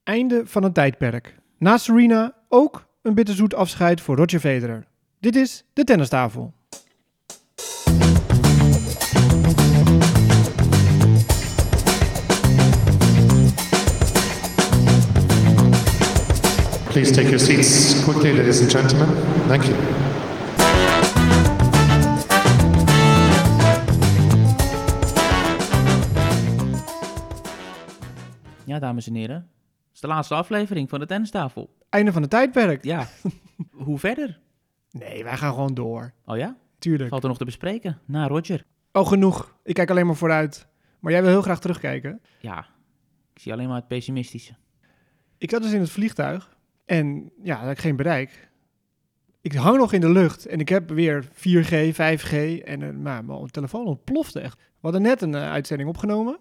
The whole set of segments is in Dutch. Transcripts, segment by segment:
Einde van een tijdperk. Na Serena ook een bitterzoet afscheid voor Roger Federer. Dit is de Tennistafel. Please take your seats quickly, ladies and gentlemen. Thank you. Ja, dames en heren. Het is de laatste aflevering van de Tennistafel. Einde van een tijdperk. Ja, hoe verder? Nee, wij gaan gewoon door. Oh ja? Tuurlijk. Valt er nog te bespreken? Na Roger. Oh, genoeg. Ik kijk alleen maar vooruit. Maar jij wil heel graag terugkijken. Ja, ik zie alleen maar het pessimistische. Ik zat dus in het vliegtuig en ja, had ik geen bereik. Ik hang nog in de lucht en ik heb weer 4G, 5G en mijn telefoon ontplofte echt. We hadden net een uitzending opgenomen.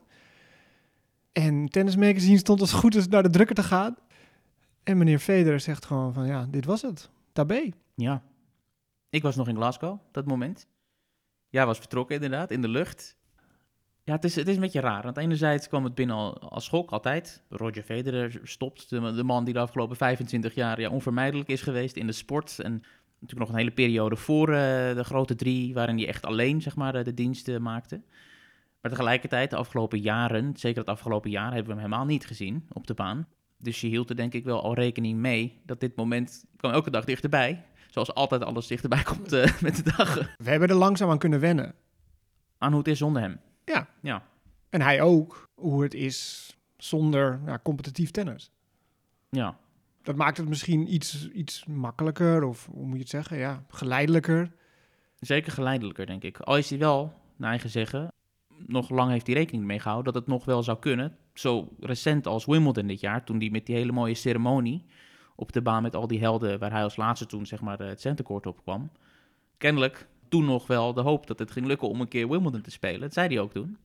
En Tennis Magazine stond als goed is naar de drukker te gaan. En meneer Federer zegt gewoon van ja, dit was het. Tabé. Ja. Ik was nog in Glasgow, op dat moment. Ja, was vertrokken inderdaad, in de lucht. Ja, het is een beetje raar. Want enerzijds kwam het binnen als schok, altijd. Roger Federer stopt, de man die de afgelopen 25 jaar onvermijdelijk is geweest in de sport. En natuurlijk nog een hele periode voor de grote drie, waarin hij echt alleen zeg maar, de diensten maakte. Maar tegelijkertijd, de afgelopen jaren, zeker het afgelopen jaar, hebben we hem helemaal niet gezien op de baan. Dus je hield er denk ik wel al rekening mee dat dit moment kwam elke dag dichterbij. Zoals altijd alles dichterbij komt met de dag. We hebben er langzaam aan kunnen wennen. Aan hoe het is zonder hem. Ja. En hij ook, hoe het is zonder competitief tennis. Ja. Dat maakt het misschien iets makkelijker of hoe moet je het zeggen? Ja, geleidelijker. Zeker geleidelijker, denk ik. Al is hij wel, naar eigen zeggen, nog lang heeft hij rekening mee gehouden dat het nog wel zou kunnen. Zo recent als Wimbledon dit jaar, toen hij met die hele mooie ceremonie op de baan met al die helden, waar hij als laatste toen zeg maar het centercourt op kwam. Kennelijk toen nog wel de hoop dat het ging lukken om een keer Wimbledon te spelen. Dat zei hij ook toen.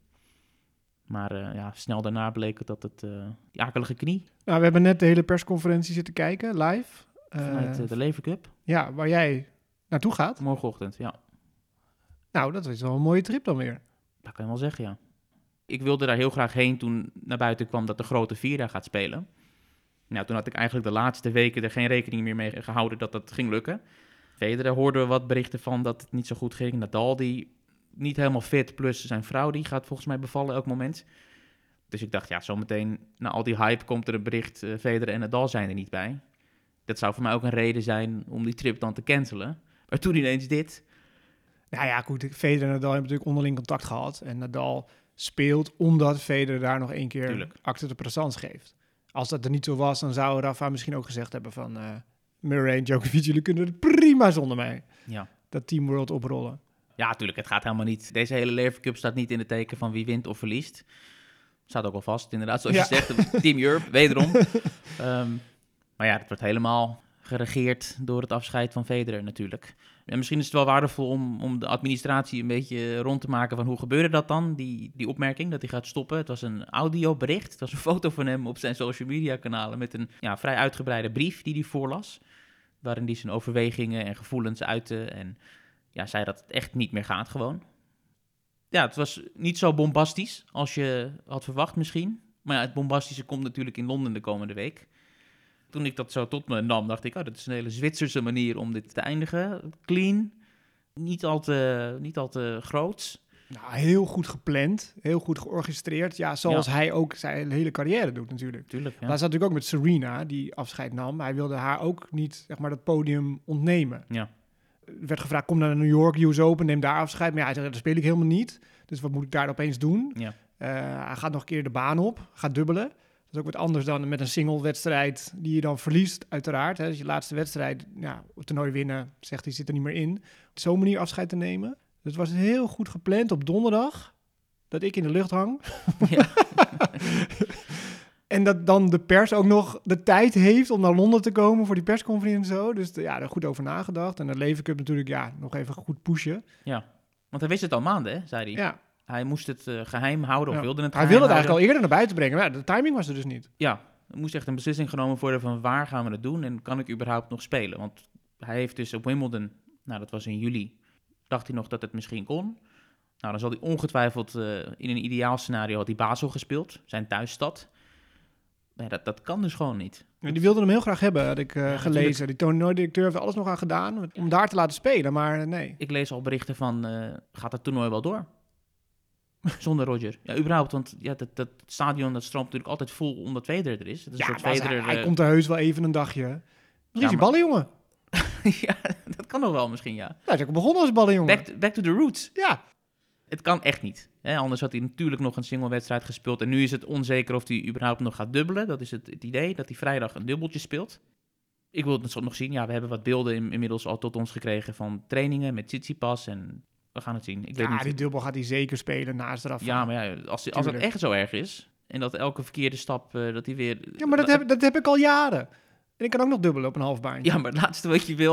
Maar snel daarna bleek het dat het die akelige knie Nou, we hebben net de hele persconferentie zitten kijken, live. vanuit de Lever Cup. Ja, waar jij naartoe gaat. Morgenochtend, ja. Nou, dat is wel een mooie trip dan weer. Dat kan je wel zeggen, ja. Ik wilde daar heel graag heen toen naar buiten kwam dat de grote vier daar gaat spelen. Nou, toen had ik eigenlijk de laatste weken er geen rekening meer mee gehouden dat dat ging lukken. Verder hoorden we wat berichten van dat het niet zo goed ging. Nadal, die niet helemaal fit, plus zijn vrouw, die gaat volgens mij bevallen elk moment. Dus ik dacht, ja, zometeen na al die hype komt er een bericht, Federer en Nadal zijn er niet bij. Dat zou voor mij ook een reden zijn om die trip dan te cancelen. Maar toen ineens dit. Nou ja, goed, Federer en Nadal hebben natuurlijk onderling contact gehad. En Nadal speelt omdat Federer daar nog één keer acte de présence geeft. Als dat er niet zo was, dan zou Rafa misschien ook gezegd hebben van Murray en Djokovic, jullie kunnen het prima zonder mij. Ja. Dat Team World oprollen. Ja, natuurlijk, het gaat helemaal niet. Deze hele Lever Cup staat niet in het teken van wie wint of verliest. Staat ook al vast, inderdaad, zoals je zegt. Team Europe, wederom. Maar ja, het wordt helemaal geregeerd door het afscheid van Federer natuurlijk. En misschien is het wel waardevol om de administratie een beetje rond te maken van hoe gebeurde dat dan, die opmerking dat hij gaat stoppen. Het was een audiobericht, het was een foto van hem op zijn social media kanalen met een vrij uitgebreide brief die hij voorlas, waarin hij zijn overwegingen en gevoelens uitte en zei dat het echt niet meer gaat gewoon. Ja, het was niet zo bombastisch als je had verwacht misschien, maar ja, het bombastische komt natuurlijk in Londen de komende week. Toen ik dat zo tot me nam, dacht ik, dat is een hele Zwitserse manier om dit te eindigen. Clean, niet al te groots. Nou, heel goed gepland, heel goed georchestreerd. Ja, zoals hij ook zijn hele carrière doet natuurlijk. Tuurlijk, ja. Maar zat natuurlijk ook met Serena, die afscheid nam. Hij wilde haar ook niet, zeg maar, dat podium ontnemen. Ja. Er werd gevraagd, kom naar New York, US Open, neem daar afscheid. Maar ja, hij zei, dat speel ik helemaal niet. Dus wat moet ik daar opeens doen? Ja. Hij gaat nog een keer de baan op, gaat dubbelen. Dat is ook wat anders dan met een single-wedstrijd die je dan verliest, uiteraard. Hè. Dus je laatste wedstrijd, het toernooi winnen, zegt hij, zit er niet meer in. Op zo'n manier afscheid te nemen. Dus het was heel goed gepland op donderdag, dat ik in de lucht hang. Ja. En dat dan de pers ook nog de tijd heeft om naar Londen te komen voor die persconferentie en zo. Dus er goed over nagedacht. En de Lever Cup natuurlijk, nog even goed pushen. Ja, want hij wist het al maanden, hè, zei hij. Ja. Hij moest het geheim houden of wilde het Hij wilde het eigenlijk al eerder naar buiten brengen, maar de timing was er dus niet. Ja, er moest echt een beslissing genomen worden van waar gaan we het doen en kan ik überhaupt nog spelen? Want hij heeft dus op Wimbledon, dat was in juli, dacht hij nog dat het misschien kon. Nou, dan zal hij ongetwijfeld in een ideaal scenario had hij Basel gespeeld, zijn thuisstad. dat kan dus gewoon niet. Ja, die wilden hem heel graag hebben, had ik gelezen. Natuurlijk. Die toernooidirecteur heeft er alles nog aan gedaan om daar te laten spelen, maar nee. Ik lees al berichten van, gaat het toernooi wel door? Zonder Roger. Ja, überhaupt, want dat stadion dat stroomt natuurlijk altijd vol omdat Federer er is. Het is een soort Federer, hij komt er heus wel even een dagje. Misschien is hij ballenjongen. Ja, dat kan nog wel misschien, ja. Hij is ook begonnen als ballenjongen. Back to the roots. Ja. Het kan echt niet. Hè? Anders had hij natuurlijk nog een singlewedstrijd gespeeld. En nu is het onzeker of hij überhaupt nog gaat dubbelen. Dat is het idee, dat hij vrijdag een dubbeltje speelt. Ik wil het nog zien. Ja, we hebben wat beelden inmiddels al tot ons gekregen van trainingen met Tsitsipas. En we gaan het zien. Ik weet niet. Die dubbel gaat hij zeker spelen naast Rafa. Ja, maar ja, als het echt zo erg is... en dat elke verkeerde stap, dat hij weer... Ja, maar dat heb ik al jaren. En ik kan ook nog dubbelen op een half baantje. Ja, maar het laatste wat je wil...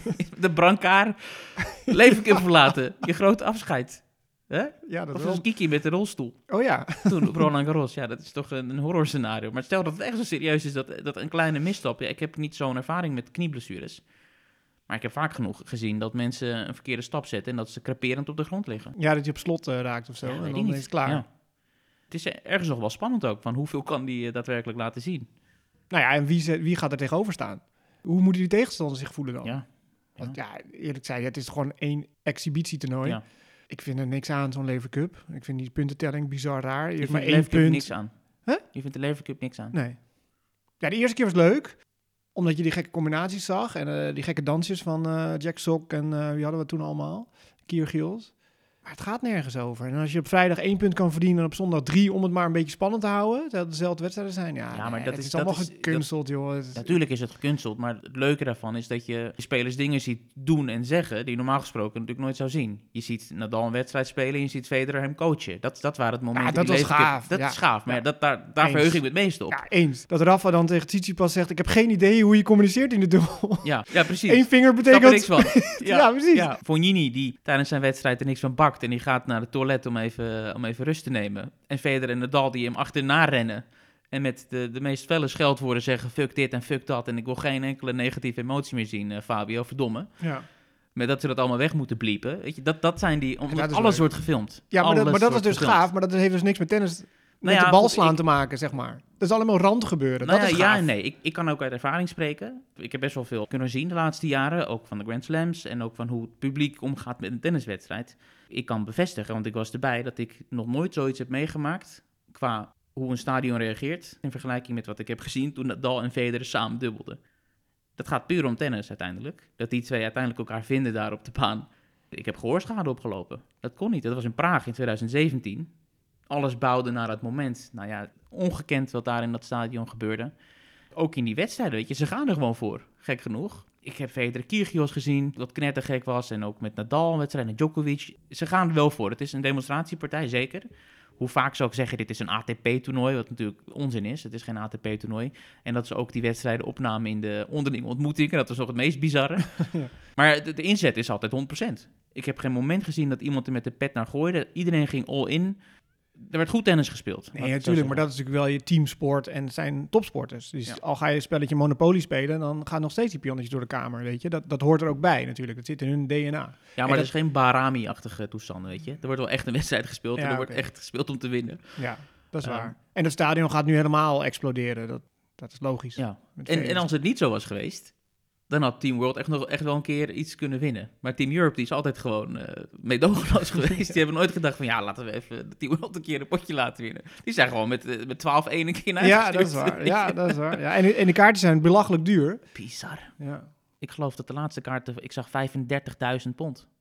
de brancard... leven kunnen verlaten. Je grote afscheid. Hè? Ja, dat of wel. een Kiki met de rolstoel. Oh ja. Toen op Roland Garros. Ja, dat is toch een horrorscenario. Maar stel dat het echt zo serieus is dat een kleine misstap... Ja, ik heb niet zo'n ervaring met knieblessures. Maar ik heb vaak genoeg gezien dat mensen een verkeerde stap zetten... en dat ze creperend op de grond liggen. Ja, dat je op slot raakt of zo. Ja, en dan is het klaar. Ja. Het is ergens nog wel spannend ook... van hoeveel kan die daadwerkelijk laten zien. Nou ja, en wie gaat er tegenover staan? Hoe moeten die tegenstanders zich voelen dan? Ja. Want eerlijk gezegd, het is gewoon 1 exhibitietoernooi. Ja. Ik vind er niks aan, zo'n Lever Cup. Ik vind die puntentelling bizar raar. Je maar vindt 1 punt. niks aan. Huh? Je vindt de Lever Cup niks aan? Nee. Ja, de eerste keer was leuk. Omdat je die gekke combinaties zag. En die gekke dansjes van Jack Sock en wie hadden we toen allemaal? Kyrgios. Maar het gaat nergens over. En als je op vrijdag 1 punt kan verdienen en op zondag 3... om het maar een beetje spannend te houden, terwijl het dezelfde wedstrijden zijn. Ja, maar dat is allemaal gekunsteld, joh. Natuurlijk is het gekunsteld, maar het leuke daarvan is dat je spelers dingen ziet doen en zeggen... die je normaal gesproken natuurlijk nooit zou zien. Je ziet Nadal een wedstrijd spelen en je ziet Federer hem coachen. Dat waren het moment. Ja, dat was gaaf. Dat is gaaf, maar daar verheug ik me het meest op. Ja, eens. Dat Rafa dan tegen Tsitsipas zegt... ik heb geen idee hoe je communiceert in de dubbel. Ja, precies. 1 vinger betekent... Er niks van. Ja, precies. Ja. Fognini, die tijdens zijn wedstrijd er niks van bakt... en die gaat naar het toilet om even rust te nemen. En Federer en Nadal die hem achterna rennen... en met de meest felle scheldwoorden zeggen... fuck dit en fuck dat... en ik wil geen enkele negatieve emotie meer zien, Fabio, verdomme. Ja. Maar dat ze dat allemaal weg moeten bliepen. Weet je, dat zijn die... Omdat alles wordt gefilmd. Ja, maar dat is dus gaaf. Maar dat heeft dus niks met tennis... met de bal slaan te maken, zeg maar. Dat is allemaal randgebeuren. Dat is gaaf. Ja en nee. Ik kan ook uit ervaring spreken. Ik heb best wel veel kunnen zien de laatste jaren. Ook van de Grand Slams. En ook van hoe het publiek omgaat met een tenniswedstrijd. Ik kan bevestigen, want ik was erbij... dat ik nog nooit zoiets heb meegemaakt... qua hoe een stadion reageert... in vergelijking met wat ik heb gezien... toen Nadal en Federer samen dubbelden. Dat gaat puur om tennis uiteindelijk. Dat die twee uiteindelijk elkaar vinden daar op de baan. Ik heb gehoorschade opgelopen. Dat kon niet. Dat was in Praag in 2017... Alles bouwde naar dat moment. Nou ja, ongekend wat daar in dat stadion gebeurde. Ook in die wedstrijden, weet je, ze gaan er gewoon voor. Gek genoeg. Ik heb Federer Kyrgios gezien, wat knettergek was. En ook met Nadal, wedstrijden, Djokovic. Ze gaan er wel voor. Het is een demonstratiepartij, zeker. Hoe vaak zou ik zeggen, dit is een ATP-toernooi, wat natuurlijk onzin is. Het is geen ATP-toernooi. En dat ze ook die wedstrijden opnamen in de onderlinge ontmoetingen. Dat was nog het meest bizarre. Ja. Maar de inzet is altijd 100%. Ik heb geen moment gezien dat iemand er met de pet naar gooide. Iedereen ging all in. Er werd goed tennis gespeeld. Nee, natuurlijk, maar dat is natuurlijk wel je teamsport en het zijn topsporters. Dus al ga je een spelletje Monopoly spelen, dan gaan nog steeds die pionnetjes door de kamer, weet je. Dat hoort er ook bij natuurlijk, dat zit in hun DNA. Ja, maar dat is geen Barami-achtige toestand, weet je. Er wordt wel echt een wedstrijd gespeeld en er wordt echt gespeeld om te winnen. Ja, dat is waar. En het stadion gaat nu helemaal exploderen, dat is logisch. Ja. En als het niet zo was geweest... dan had Team World echt wel een keer iets kunnen winnen. Maar Team Europe die is altijd gewoon meedogenloos geweest. Die hebben nooit gedacht van... ja, laten we even Team World een keer een potje laten winnen. Die zijn gewoon met 12-1 een keer naar Ja, dat is waar. Ja, dat is waar. Ja, en de kaartjes zijn belachelijk duur. Bizar. Ja. Ik geloof dat de laatste kaarten... ik zag £35.000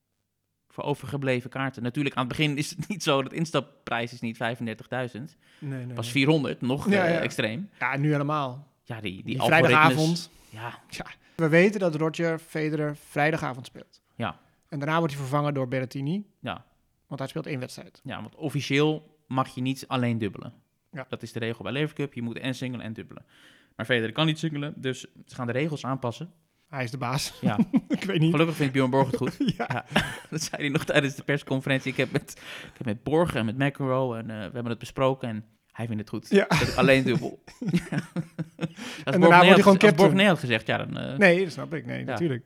voor overgebleven kaarten. Natuurlijk, aan het begin is het niet zo... dat instapprijs is niet 35.000. Nee. Pas 400, nog extreem. Ja, nu helemaal. Ja, die vrijdagavond. Ja. We weten dat Roger Federer vrijdagavond speelt. Ja. En daarna wordt hij vervangen door Berrettini. Ja. Want hij speelt 1 wedstrijd. Ja, want officieel mag je niet alleen dubbelen. Ja. Dat is de regel bij Lever Cup. Je moet en singelen en dubbelen. Maar Federer kan niet singelen, dus ze gaan de regels aanpassen. Hij is de baas. Ja. Ik weet niet. Gelukkig vindt Bjorn Borg het goed. Ja. Dat zei hij nog tijdens de persconferentie. Ik heb met Borg en met McEnroe en we hebben het besproken en hij vindt het goed. Ja. Dat alleen dubbel. En daarna wordt hij gewoon captain. Borg nee had gezegd, ja dan... Nee, dat snap ik. Nee, natuurlijk.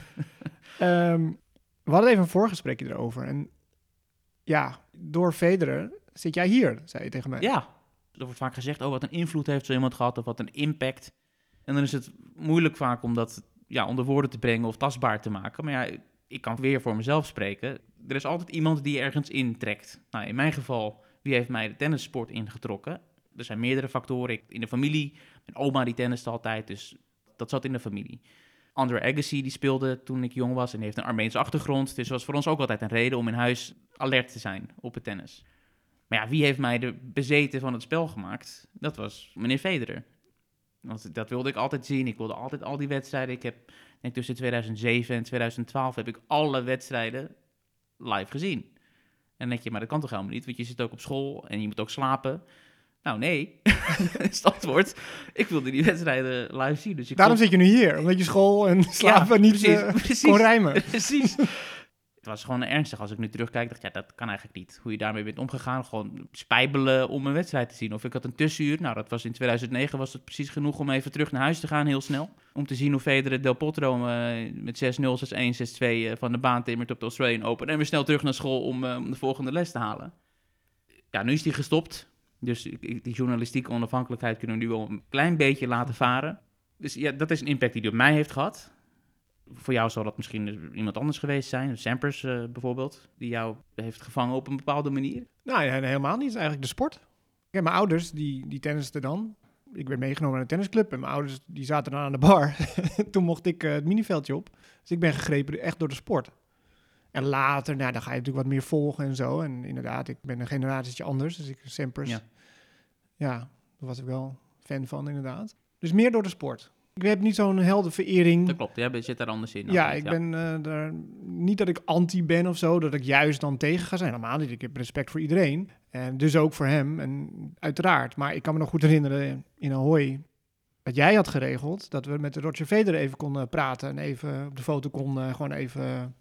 We hadden even een voorgesprekje erover. En ja, door Federer zit jij hier, zei je tegen mij. Ja. Er wordt vaak gezegd, wat een invloed heeft zo iemand gehad of wat een impact. En dan is het moeilijk vaak om dat onder woorden te brengen of tastbaar te maken. Maar ja, ik kan weer voor mezelf spreken. Er is altijd iemand die ergens intrekt. Nou, in mijn geval, wie heeft mij de tennissport ingetrokken? Er zijn meerdere factoren. In de familie, mijn oma die tenniste altijd, dus dat zat in de familie. Andre Agassi die speelde toen ik jong was en die heeft een Armeense achtergrond. Dus dat was voor ons ook altijd een reden om in huis alert te zijn op het tennis. Maar ja, wie heeft mij de bezeten van het spel gemaakt? Dat was meneer Federer. Want dat wilde ik altijd zien. Ik wilde altijd al die wedstrijden. Ik denk tussen 2007 en 2012 heb ik alle wedstrijden live gezien. En dan denk je, maar dat kan toch helemaal niet? Want je zit ook op school en je moet ook slapen. Nou, nee. Dat is het antwoord. Ik wilde die wedstrijden live zien. Dus daarom zit je nu hier, omdat je school en slapen niet kon rijmen. Precies. Het was gewoon ernstig. Als ik nu terugkijk, dacht ik, dat kan eigenlijk niet. Hoe je daarmee bent omgegaan, gewoon spijbelen om een wedstrijd te zien. Of ik had een tussenuur. Nou, dat was in 2009, was het precies genoeg om even terug naar huis te gaan, heel snel. Om te zien hoe Federer Del Potro met 6-0, 6-1, 6-2 van de baan timmert op de Australian Open. En weer snel terug naar school om de volgende les te halen. Ja, nu is die gestopt. Dus die journalistieke onafhankelijkheid kunnen we nu wel een klein beetje laten varen. Dus ja, dat is een impact die die op mij heeft gehad. Voor jou zou dat misschien iemand anders geweest zijn. Sampras bijvoorbeeld, die jou heeft gevangen op een bepaalde manier. Nou ja, helemaal niet. Het is eigenlijk de sport. Ja, mijn ouders, die tennisten dan. Ik werd meegenomen naar een tennisclub en mijn ouders die zaten dan aan de bar. Toen mocht ik het miniveldje op. Dus ik ben gegrepen echt door de sport. En later, dan ga je natuurlijk wat meer volgen en zo. En inderdaad, ik ben een generatietje anders. Dus Sampras, ja, daar was ik wel fan van inderdaad. Dus meer door de sport. Ik heb niet zo'n heldenverering. Dat klopt, je zit daar anders in. Ja, ik ben daar niet dat ik anti ben of zo, dat ik juist dan tegen ga zijn. Helemaal niet, ik heb respect voor iedereen. En dus ook voor hem, en uiteraard. Maar ik kan me nog goed herinneren in Ahoy, dat jij had geregeld, dat we met Roger Federer even konden praten en even op de foto konden, gewoon even...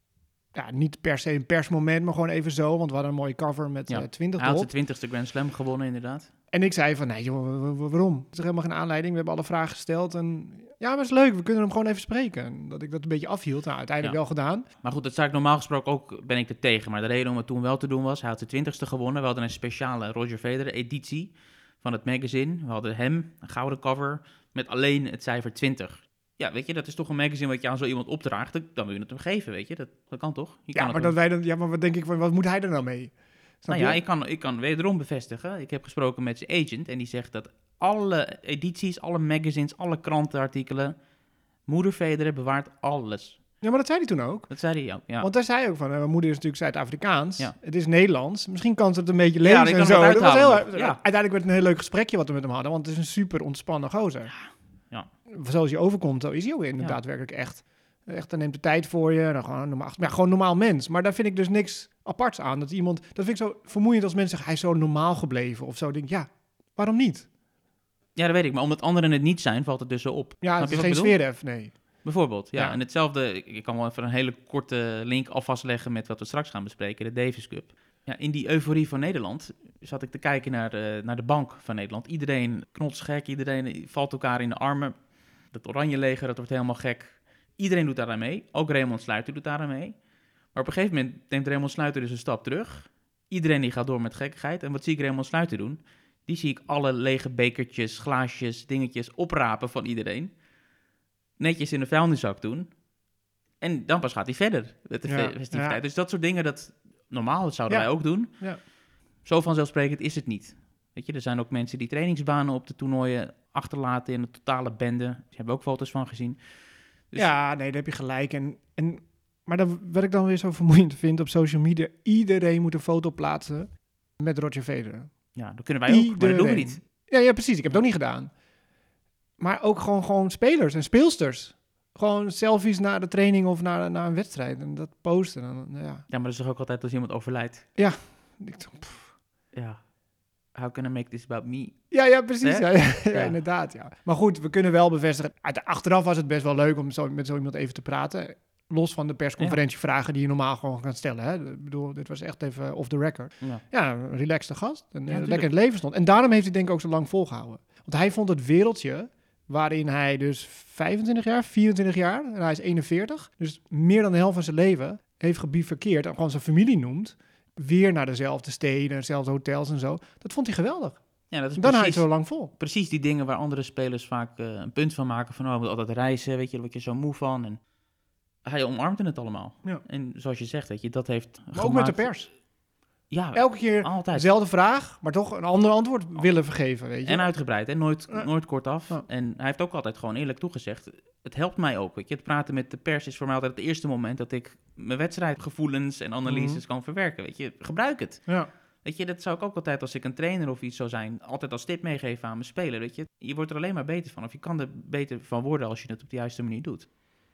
Ja, niet per se een persmoment, maar gewoon even zo. Want we hadden een mooie cover met 20 Hij had de 20ste Grand Slam gewonnen, inderdaad. En ik zei van, nee joh, waarom? Het is helemaal geen aanleiding. We hebben alle vragen gesteld. En ja, maar het is leuk. We kunnen hem gewoon even spreken. En dat ik dat een beetje afhield. Nou, uiteindelijk wel gedaan. Maar goed, dat zei ik normaal gesproken ook, ben ik er tegen. Maar de reden om het toen wel te doen was, hij had de 20ste gewonnen. We hadden een speciale Roger Federer editie van het magazine. We hadden hem, een gouden cover, met alleen het cijfer 20. Ja, weet je, dat is toch een magazine wat je aan zo iemand opdraagt. Dan wil je het hem geven, weet je. Dat kan toch? Maar wat denk ik, wat moet hij er nou mee? Snap je? Ik kan wederom bevestigen. Ik heb gesproken met zijn agent en die zegt dat alle edities, alle magazines, alle krantenartikelen, moeder Federer bewaart alles. Ja, maar dat zei hij toen ook. Dat zei hij ook, ja. Want daar zei hij ook van, mijn moeder is natuurlijk Zuid-Afrikaans. Ja. Het is Nederlands. Misschien kan ze het een beetje lezen en zo. Dat was uiteindelijk werd het een heel leuk gesprekje wat we met hem hadden, want het is een super ontspannen gozer. Ja. Zoals hij overkomt, zo is hij ook inderdaad werkelijk echt. Dan neemt de tijd voor je. Dan gewoon normaal mens. Maar daar vind ik dus niks aparts aan. Dat vind ik zo vermoeiend als mensen zeggen, hij is zo normaal gebleven of zo. Denk ik, ja, waarom niet? Ja, dat weet ik. Maar omdat anderen het niet zijn, valt het dus zo op. Ja, het is geen Zverev, nee. Bijvoorbeeld, ja. En hetzelfde, ik kan wel even een hele korte link alvast leggen met wat we straks gaan bespreken, de Davis Cup. Ja, in die euforie van Nederland zat ik te kijken naar de bank van Nederland. Iedereen knotsgek, iedereen valt elkaar in de armen. Dat oranje leger, dat wordt helemaal gek. Iedereen doet daaraan mee. Ook Raymond Sluiter doet daaraan mee. Maar op een gegeven moment neemt Raymond Sluiter dus een stap terug. Iedereen die gaat door met gekkigheid. En wat zie ik Raymond Sluiter doen? Die zie ik alle lege bekertjes, glaasjes, dingetjes oprapen van iedereen. Netjes in de vuilniszak doen. En dan pas gaat hij verder met de festiviteit. Ja. Dus dat soort dingen, dat zouden wij ook doen. Ja. Zo vanzelfsprekend is het niet. Weet je, er zijn ook mensen die trainingsbanen op de toernooien achterlaten in een totale bende. Daar hebben we ook foto's van gezien. Dus... Ja, nee, daar heb je gelijk. Maar wat ik dan weer zo vermoeiend vind op social media, iedereen moet een foto plaatsen met Roger Federer. Ja, dat kunnen wij ook, maar dat doen we niet. Ja, precies. Ik heb het ook niet gedaan. Maar ook gewoon spelers en speelsters. Gewoon selfies na de training of na een wedstrijd. En dat posten. Ja, maar dat is toch ook altijd als iemand overlijdt? Ja. Ja. How can I make this about me? Ja, precies. Ja, inderdaad, ja. Maar goed, we kunnen wel bevestigen. Achteraf was het best wel leuk om met zo iemand even te praten. Los van de persconferentievragen die je normaal gewoon kan stellen. Hè. Ik bedoel, dit was echt even off the record. Ja, een relaxte gast. En lekker in het leven stond. En daarom heeft hij denk ik ook zo lang volgehouden. Want hij vond het wereldje waarin hij dus 24 jaar, en hij is 41. Dus meer dan de helft van zijn leven heeft gebivakkeerd. En gewoon zijn familie noemt. Weer naar dezelfde steden, dezelfde hotels en zo. Dat vond hij geweldig. Ja, dat is dan hou je het zo lang vol. Precies die dingen waar andere spelers vaak een punt van maken. Van, we moeten altijd reizen, weet je, daar word je zo moe van. En hij omarmde het allemaal. Ja. En zoals je zegt, weet je, dat heeft maar ook met de pers. Ja, elke keer altijd dezelfde vraag, maar toch een ander antwoord willen vergeven, weet je. En uitgebreid, hè? Nooit kortaf. Ja. En hij heeft ook altijd gewoon eerlijk toegezegd, het helpt mij ook, weet je. Het praten met de pers is voor mij altijd het eerste moment dat ik mijn wedstrijdgevoelens en analyses kan verwerken, weet je. Gebruik het. Ja. Weet je, dat zou ik ook altijd als ik een trainer of iets zou zijn, altijd als tip meegeven aan mijn speler, weet je. Je wordt er alleen maar beter van, of je kan er beter van worden als je het op de juiste manier doet.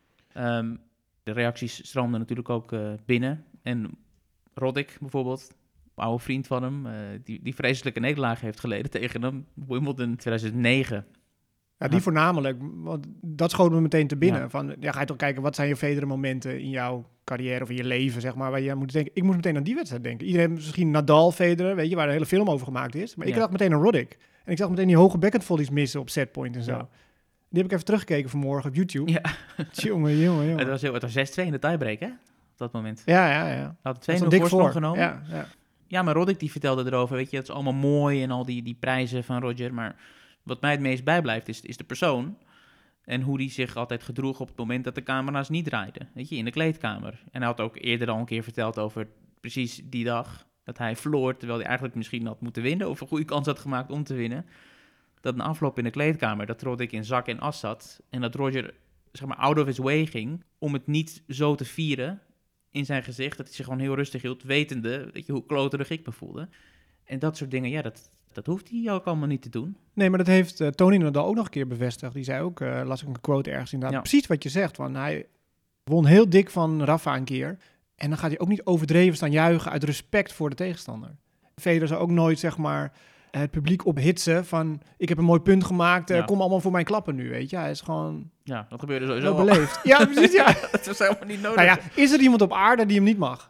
De reacties stroomden natuurlijk ook binnen. En Roddick bijvoorbeeld, een oude vriend van hem, die vreselijke nederlaag heeft geleden tegen hem, Wimbledon 2009. Ja, die voornamelijk, want dat schoot me meteen te binnen. Ja. Van, ga je toch kijken, wat zijn je Federer momenten in jouw carrière of in je leven, zeg maar, waar je moet denken. Ik moest meteen aan die wedstrijd denken. Iedereen misschien Nadal, Federer, weet je, waar een hele film over gemaakt is. Maar ik dacht meteen aan Roddick. En ik zag meteen die hoge backhandvolleys missen op setpoint en zo. Ja. Die heb ik even teruggekeken vanmorgen op YouTube. Ja. Jongen. Het was 6-2 in de tiebreak, hè? Op dat moment. Ja. Had 2-0 voorsprong genomen. Ja, maar Roddick die vertelde erover, weet je, het is allemaal mooi en al die prijzen van Roger, maar wat mij het meest bijblijft is de persoon en hoe die zich altijd gedroeg op het moment dat de camera's niet draaiden, weet je, in de kleedkamer. En hij had ook eerder al een keer verteld over precies die dag dat hij verloor, terwijl hij eigenlijk misschien had moeten winnen of een goede kans had gemaakt om te winnen. Dat een afloop in de kleedkamer, dat Roddick in zak en as zat en dat Roger, zeg maar, out of his way ging om het niet zo te vieren in zijn gezicht, dat hij zich gewoon heel rustig hield, wetende, weet je, hoe kloterig ik me voelde. En dat soort dingen, ja, dat hoeft hij ook allemaal niet te doen. Nee, maar dat heeft Tony Nadal ook nog een keer bevestigd. Die zei ook, las ik een quote ergens inderdaad, precies wat je zegt. Want hij won heel dik van Rafa een keer. En dan gaat hij ook niet overdreven staan juichen uit respect voor de tegenstander. Federer zou ook nooit, zeg maar, het publiek ophitsen van, ik heb een mooi punt gemaakt, kom allemaal voor mijn klappen nu, weet je. Hij is gewoon... Ja, dat gebeurde sowieso wel beleefd. Ja, precies, ja. Dat was helemaal niet nodig. Nou ja, is er iemand op aarde die hem niet mag?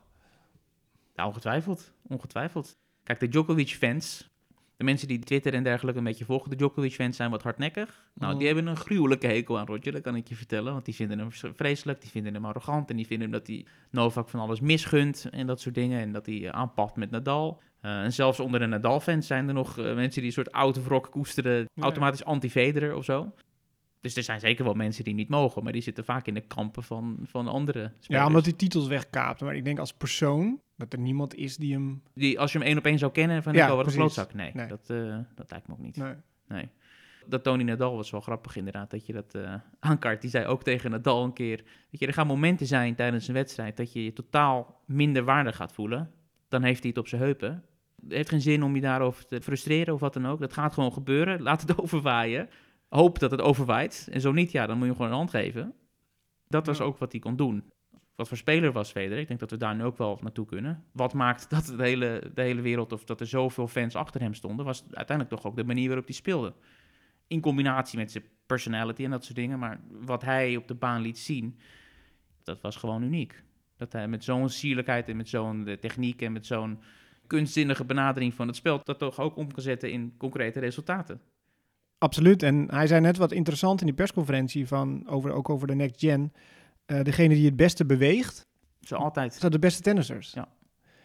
Nou, ongetwijfeld. Kijk, de Djokovic-fans, de mensen die Twitter en dergelijke een beetje volgen, de Djokovic-fans zijn wat hardnekkig. Nou, die hebben een gruwelijke hekel aan Roger, dat kan ik je vertellen. Want die vinden hem vreselijk, die vinden hem arrogant en die vinden dat hij Novak van alles misgunt en dat soort dingen. En dat hij aanpakt met Nadal. En zelfs onder de Nadal-fans zijn er nog mensen die een soort oude wrok koesteren, automatisch anti-Federer of zo. Dus er zijn zeker wel mensen die niet mogen, maar die zitten vaak in de kampen van andere spelers. Ja, omdat die titels wegkaapt. Maar ik denk als persoon dat er niemand is die hem... Als je hem 1-op-1 zou kennen, van wat een klootzak. Nee. Dat lijkt me ook niet. Nee. Dat Tony Nadal was wel grappig inderdaad, dat je dat aankaart. Die zei ook tegen Nadal een keer, weet je, er gaan momenten zijn tijdens een wedstrijd dat je je totaal minder waardig gaat voelen. Dan heeft hij het op zijn heupen. Het heeft geen zin om je daarover te frustreren of wat dan ook. Dat gaat gewoon gebeuren. Laat het overwaaien. Hoop dat het overwaait. En zo niet, ja, dan moet je gewoon een hand geven. Dat was ook wat hij kon doen. Wat voor speler was Federer. Ik denk dat we daar nu ook wel naartoe kunnen. Wat maakt dat de hele wereld, of dat er zoveel fans achter hem stonden, was uiteindelijk toch ook de manier waarop hij speelde. In combinatie met zijn personality en dat soort dingen. Maar wat hij op de baan liet zien, dat was gewoon uniek. Dat hij met zo'n sierlijkheid en met zo'n techniek en met zo'n kunstzinnige benadering van het spel, dat toch ook om kan zetten in concrete resultaten. Absoluut. En hij zei net wat interessant in die persconferentie ook over de next gen. Degene die het beste beweegt, zijn de beste tennissers. Ja.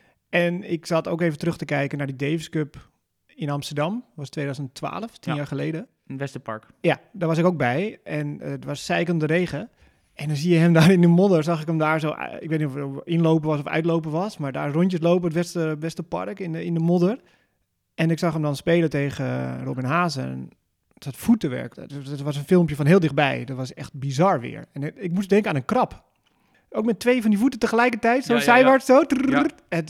En ik zat ook even terug te kijken naar die Davis Cup in Amsterdam. Dat was 2012, 10 jaar geleden. In Westerpark. Ja, daar was ik ook bij. En het was zeikende regen. En dan zie je hem daar in de modder. Zag ik hem daar zo, ik weet niet of het inlopen was of uitlopen was, maar daar rondjes lopen, het Westerpark in de modder. En ik zag hem dan spelen tegen Robin Haase. Het voetenwerk. Het was een filmpje van heel dichtbij. Dat was echt bizar weer. En ik moest denken aan een krab. Ook met 2 van die voeten tegelijkertijd. Zo zijwaarts, zo. Ja.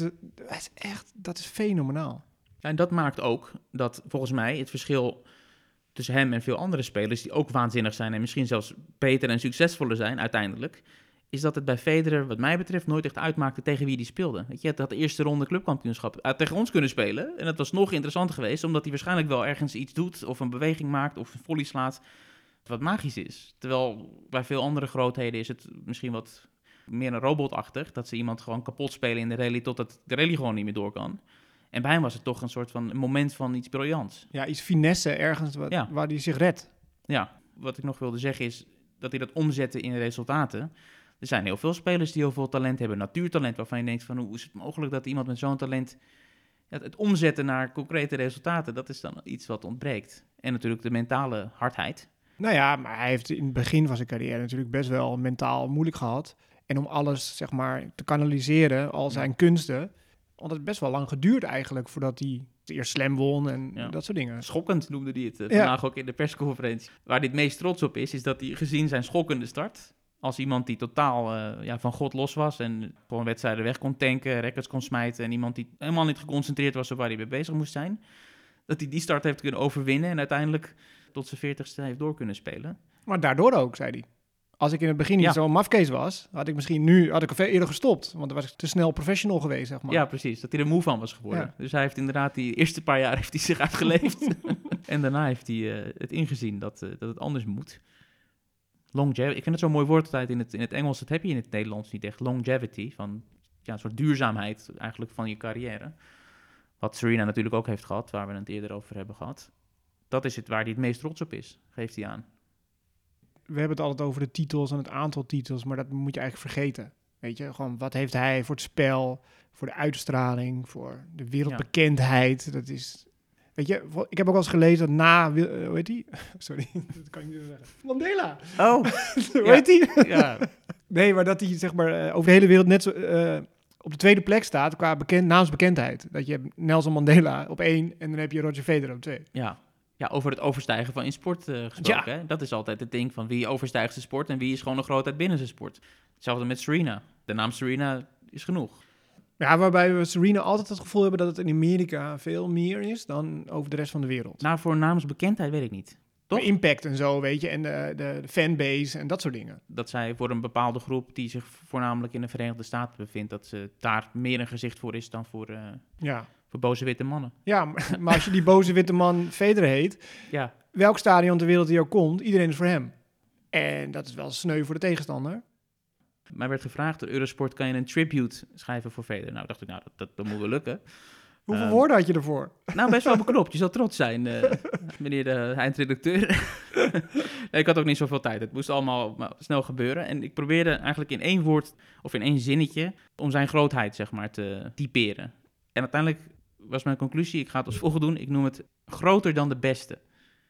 Dat is fenomenaal. Ja, en dat maakt ook dat volgens mij het verschil tussen hem en veel andere spelers die ook waanzinnig zijn en misschien zelfs beter en succesvoller zijn uiteindelijk, is dat het bij Federer, wat mij betreft, nooit echt uitmaakte tegen wie die speelde. Weet je, het had de eerste ronde clubkampioenschap tegen ons kunnen spelen. En dat was nog interessanter geweest, omdat hij waarschijnlijk wel ergens iets doet, of een beweging maakt, of een volley slaat, wat magisch is. Terwijl bij veel andere grootheden is het misschien wat meer een robotachtig, dat ze iemand gewoon kapot spelen in de rally, totdat de rally gewoon niet meer door kan. En bij hem was het toch een soort van moment van iets briljants. Ja, iets finesse ergens waar hij zich redt. Ja, wat ik nog wilde zeggen is dat hij dat omzette in resultaten. Er zijn heel veel spelers die heel veel talent hebben, natuurtalent, waarvan je denkt van hoe is het mogelijk dat iemand met zo'n talent het omzetten naar concrete resultaten, dat is dan iets wat ontbreekt. En natuurlijk de mentale hardheid. Nou ja, maar hij heeft in het begin van zijn carrière natuurlijk best wel mentaal moeilijk gehad. En om alles, zeg maar, te kanaliseren, al zijn kunsten. Want het heeft best wel lang geduurd eigenlijk voordat hij eerst Slam won en dat soort dingen. Schokkend noemde hij het vandaag ook in de persconferentie. Waar hij het meest trots op is dat hij gezien zijn schokkende start, als iemand die totaal van God los was en gewoon wedstrijden weg kon tanken, records kon smijten en iemand die helemaal niet geconcentreerd was op waar hij mee bezig moest zijn, dat hij die start heeft kunnen overwinnen en uiteindelijk tot zijn 40ste heeft door kunnen spelen. Maar daardoor ook, zei hij. Als ik in het begin niet zo'n mafkees was, had ik misschien al veel eerder gestopt. Want dan was ik te snel professional geweest, zeg maar. Ja, precies. Dat hij er moe van was geworden. Ja. Dus hij heeft inderdaad die eerste paar jaar heeft hij zich uitgeleefd. En daarna heeft hij het ingezien dat het anders moet. Longevity. Ik vind het zo'n mooi woord altijd in het Engels. Dat heb je in het Nederlands niet echt. Longevity. Van een soort duurzaamheid eigenlijk van je carrière. Wat Serena natuurlijk ook heeft gehad, waar we het eerder over hebben gehad. Dat is het waar hij het meest trots op is, geeft hij aan. We hebben het altijd over de titels en het aantal titels, maar dat moet je eigenlijk vergeten. Weet je, gewoon wat heeft hij voor het spel, voor de uitstraling, voor de wereldbekendheid. Ja. Dat is, weet je, ik heb ook al eens gelezen dat hoe heet die? Sorry, dat kan ik niet zeggen. Mandela. Oh. Hoe heet die? Ja. Nee, maar dat hij zeg maar over de hele wereld net zo op de tweede plek staat qua naamsbekendheid. Dat je hebt Nelson Mandela op 1 en dan heb je Roger Federer op 2. Ja. Ja, over het overstijgen van in sport gesproken. Ja. Hè? Dat is altijd het ding van wie overstijgt de sport en wie is gewoon een grootheid binnen zijn sport. Hetzelfde met Serena. De naam Serena is genoeg. Ja, waarbij we Serena altijd het gevoel hebben dat het in Amerika veel meer is dan over de rest van de wereld. Nou, voor naamsbekendheid weet ik niet. Toch? De impact en zo, weet je, en de fanbase en dat soort dingen. Dat zij voor een bepaalde groep die zich voornamelijk in de Verenigde Staten bevindt, dat ze daar meer een gezicht voor is dan voor boze witte mannen. Ja, maar als je die boze witte man Federer heet, welk stadion ter wereld die ook komt, iedereen is voor hem. En dat is wel sneu voor de tegenstander. Mij werd gevraagd door Eurosport, kan je een tribute schrijven voor Federer? Nou, dacht ik, dat moet wel lukken. Hoeveel woorden had je ervoor? Nou, best wel beknopt. Je zal trots zijn, meneer de eindredacteur. Nee, ik had ook niet zoveel tijd. Het moest allemaal snel gebeuren. En ik probeerde eigenlijk in 1 woord of in 1 zinnetje om zijn grootheid, zeg maar, te typeren. En uiteindelijk was mijn conclusie, ik ga het als volgt doen. Ik noem het groter dan de beste.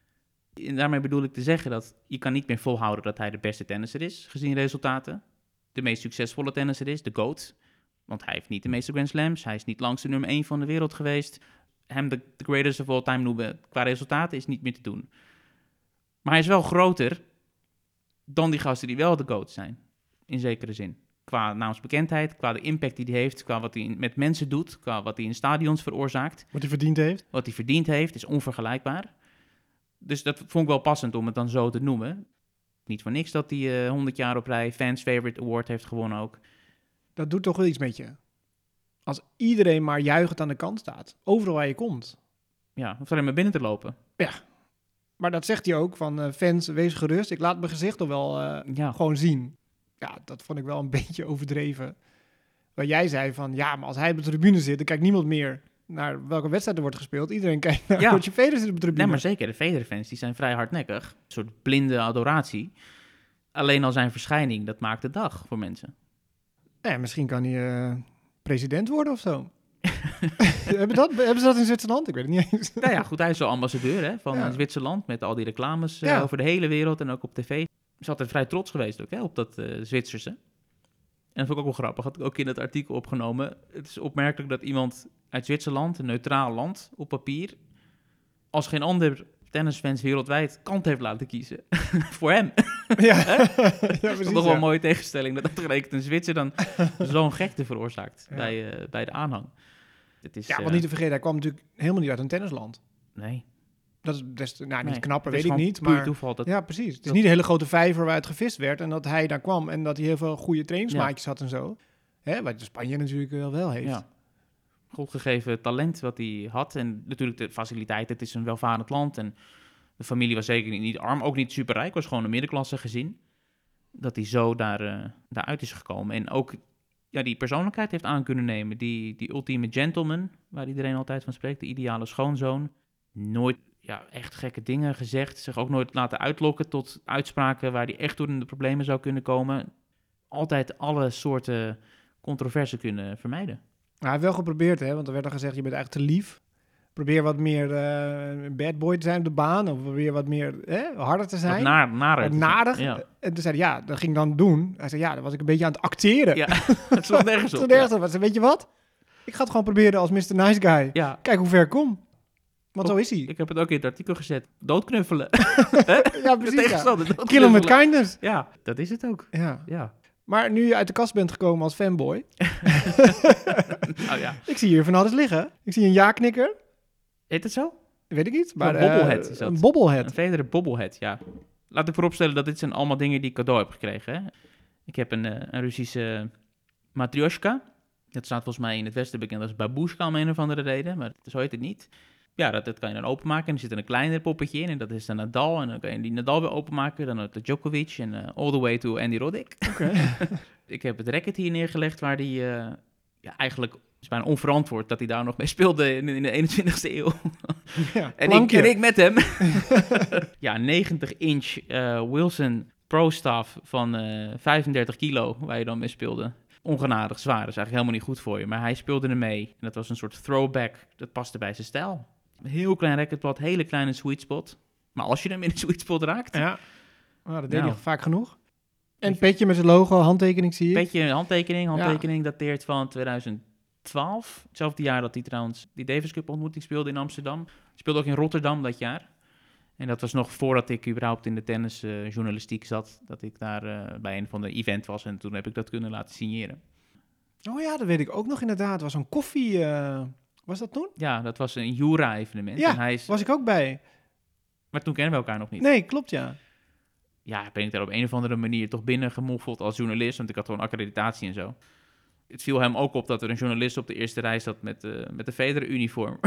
En daarmee bedoel ik te zeggen dat je kan niet meer volhouden dat hij de beste tennisser is, gezien resultaten. De meest succesvolle tennisser is, de GOAT. Want hij heeft niet de meeste Grand Slams. Hij is niet langs de nummer 1 van de wereld geweest. Hem de greatest of all time noemen qua resultaten is niet meer te doen. Maar hij is wel groter dan die gasten die wel de GOAT zijn. In zekere zin. Qua naamsbekendheid, qua de impact die hij heeft, qua wat hij met mensen doet, qua wat hij in stadions veroorzaakt. Wat hij verdiend heeft. Wat hij verdiend heeft, is onvergelijkbaar. Dus dat vond ik wel passend om het dan zo te noemen. Niet voor niks dat hij 100 jaar op rij Fans Favorite Award heeft gewonnen ook. Dat doet toch wel iets met je. Als iedereen maar juichend aan de kant staat. Overal waar je komt. Ja, of alleen maar binnen te lopen. Ja. Maar dat zegt hij ook, van fans, wees gerust. Ik laat mijn gezicht toch wel gewoon zien. Ja, dat vond ik wel een beetje overdreven. Waar jij zei van, ja, maar als hij op de tribune zit, dan kijkt niemand meer naar welke wedstrijd er wordt gespeeld. Iedereen kijkt naar Roger Federer zit op de tribune. Nee, maar zeker. De Federer-fans, die zijn vrij hardnekkig. Een soort blinde adoratie. Alleen al zijn verschijning, dat maakt de dag voor mensen. Ja, misschien kan hij president worden of zo. Hebben ze dat in Zwitserland? Ik weet het niet eens. Nou ja, goed, hij is wel ambassadeur van Zwitserland met al die reclames over de hele wereld en ook op tv. Is altijd vrij trots geweest ook op dat Zwitserse. En dat vond ik ook wel grappig. Had ik ook in het artikel opgenomen. Het is opmerkelijk dat iemand uit Zwitserland, een neutraal land op papier, als geen ander tennisfans wereldwijd kant heeft laten kiezen voor hem. Ja, precies, dat is toch wel een mooie tegenstelling. Dat uitgerekend een Zwitser dan zo'n gekte veroorzaakt bij de aanhang. Het is, want niet te vergeten, hij kwam natuurlijk helemaal niet uit een tennisland. Nee. Dat is best, niet knapper, weet ik niet. Maar toeval dat, ja, precies. Het is niet een hele grote vijver waaruit gevist werd en dat hij daar kwam en dat hij heel veel goede trainingsmaatjes had en zo. Wat Spanje natuurlijk wel heeft. Ja. Goed gegeven talent wat hij had. En natuurlijk de faciliteit. Het is een welvarend land. En de familie was zeker niet arm. Ook niet superrijk. Was gewoon een middenklasse gezin. Dat hij zo daaruit is gekomen. En ook die persoonlijkheid heeft aan kunnen nemen. Die ultieme gentleman. Waar iedereen altijd van spreekt. De ideale schoonzoon. Nooit echt gekke dingen gezegd. Zich ook nooit laten uitlokken tot uitspraken waar hij echt door in de problemen zou kunnen komen. Altijd alle soorten controverse kunnen vermijden. Hij heeft wel geprobeerd, hè? Want er werd dan gezegd, je bent eigenlijk te lief. Probeer wat meer bad boy te zijn op de baan. Of probeer wat meer harder te zijn. Wat narig. Ja. En toen zei hij, dat ging ik dan doen. Hij zei, dan was ik een beetje aan het acteren. Ja, het sloeg nergens op. Hij zei, weet je wat? Ik ga het gewoon proberen als Mr. Nice Guy. Ja. Kijk hoe ver ik kom. Want zo is hij. Ik heb het ook in het artikel gezet. Doodknuffelen. Ja, precies. Kill him with kindness. Ja, dat is het ook. Ja. Maar nu je uit de kast bent gekomen als fanboy. Nou ja. Ik zie hier van alles liggen. Ik zie een ja-knikker. Heet het zo? Weet ik niet. Maar een bobblehead is dat. Een bobblehead. Een Federer bobblehead, ja. Laat ik vooropstellen dat dit zijn allemaal dingen die ik cadeau heb gekregen. Hè? Ik heb een Russische matryoshka. Dat staat volgens mij in het Westen bekend als babushka om een of andere reden. Maar zo heet het niet. Ja, dat kan je dan openmaken. En er zit een kleiner poppetje in. En dat is de Nadal. En dan kan je die Nadal weer openmaken. Dan de Djokovic. En all the way to Andy Roddick. Oké. Ik heb het racket hier neergelegd waar die eigenlijk... Het is bijna onverantwoord dat hij daar nog mee speelde in de 21ste eeuw. Ja, en ik met hem. Ja, 90-inch Wilson Pro Staff van 35 kilo waar je dan mee speelde. Ongenadig zwaar, dat is eigenlijk helemaal niet goed voor je. Maar hij speelde er mee. En dat was een soort throwback. Dat paste bij zijn stijl. Een heel klein racketpad, hele kleine sweet spot. Maar als je hem in de sweet spot raakt... Ja, dat deed hij vaak genoeg. En een petje met zijn logo, handtekening zie je. Petje, handtekening dateert van 2012. Hetzelfde jaar dat hij trouwens die Davis Cup ontmoeting speelde in Amsterdam. Hij speelde ook in Rotterdam dat jaar. En dat was nog voordat ik überhaupt in de tennisjournalistiek zat. Dat ik daar bij een van de event was en toen heb ik dat kunnen laten signeren. Oh ja, dat weet ik ook nog inderdaad. Het was een koffie... was dat toen? Ja, dat was een Jura-evenement. Ja, was ik ook bij. Maar toen kennen we elkaar nog niet. Nee, klopt ja. Ja, ben ik daar op een of andere manier toch binnen gemoffeld als journalist. Want ik had gewoon accreditatie en zo. Het viel hem ook op dat er een journalist op de eerste rij zat met de Federer-uniform.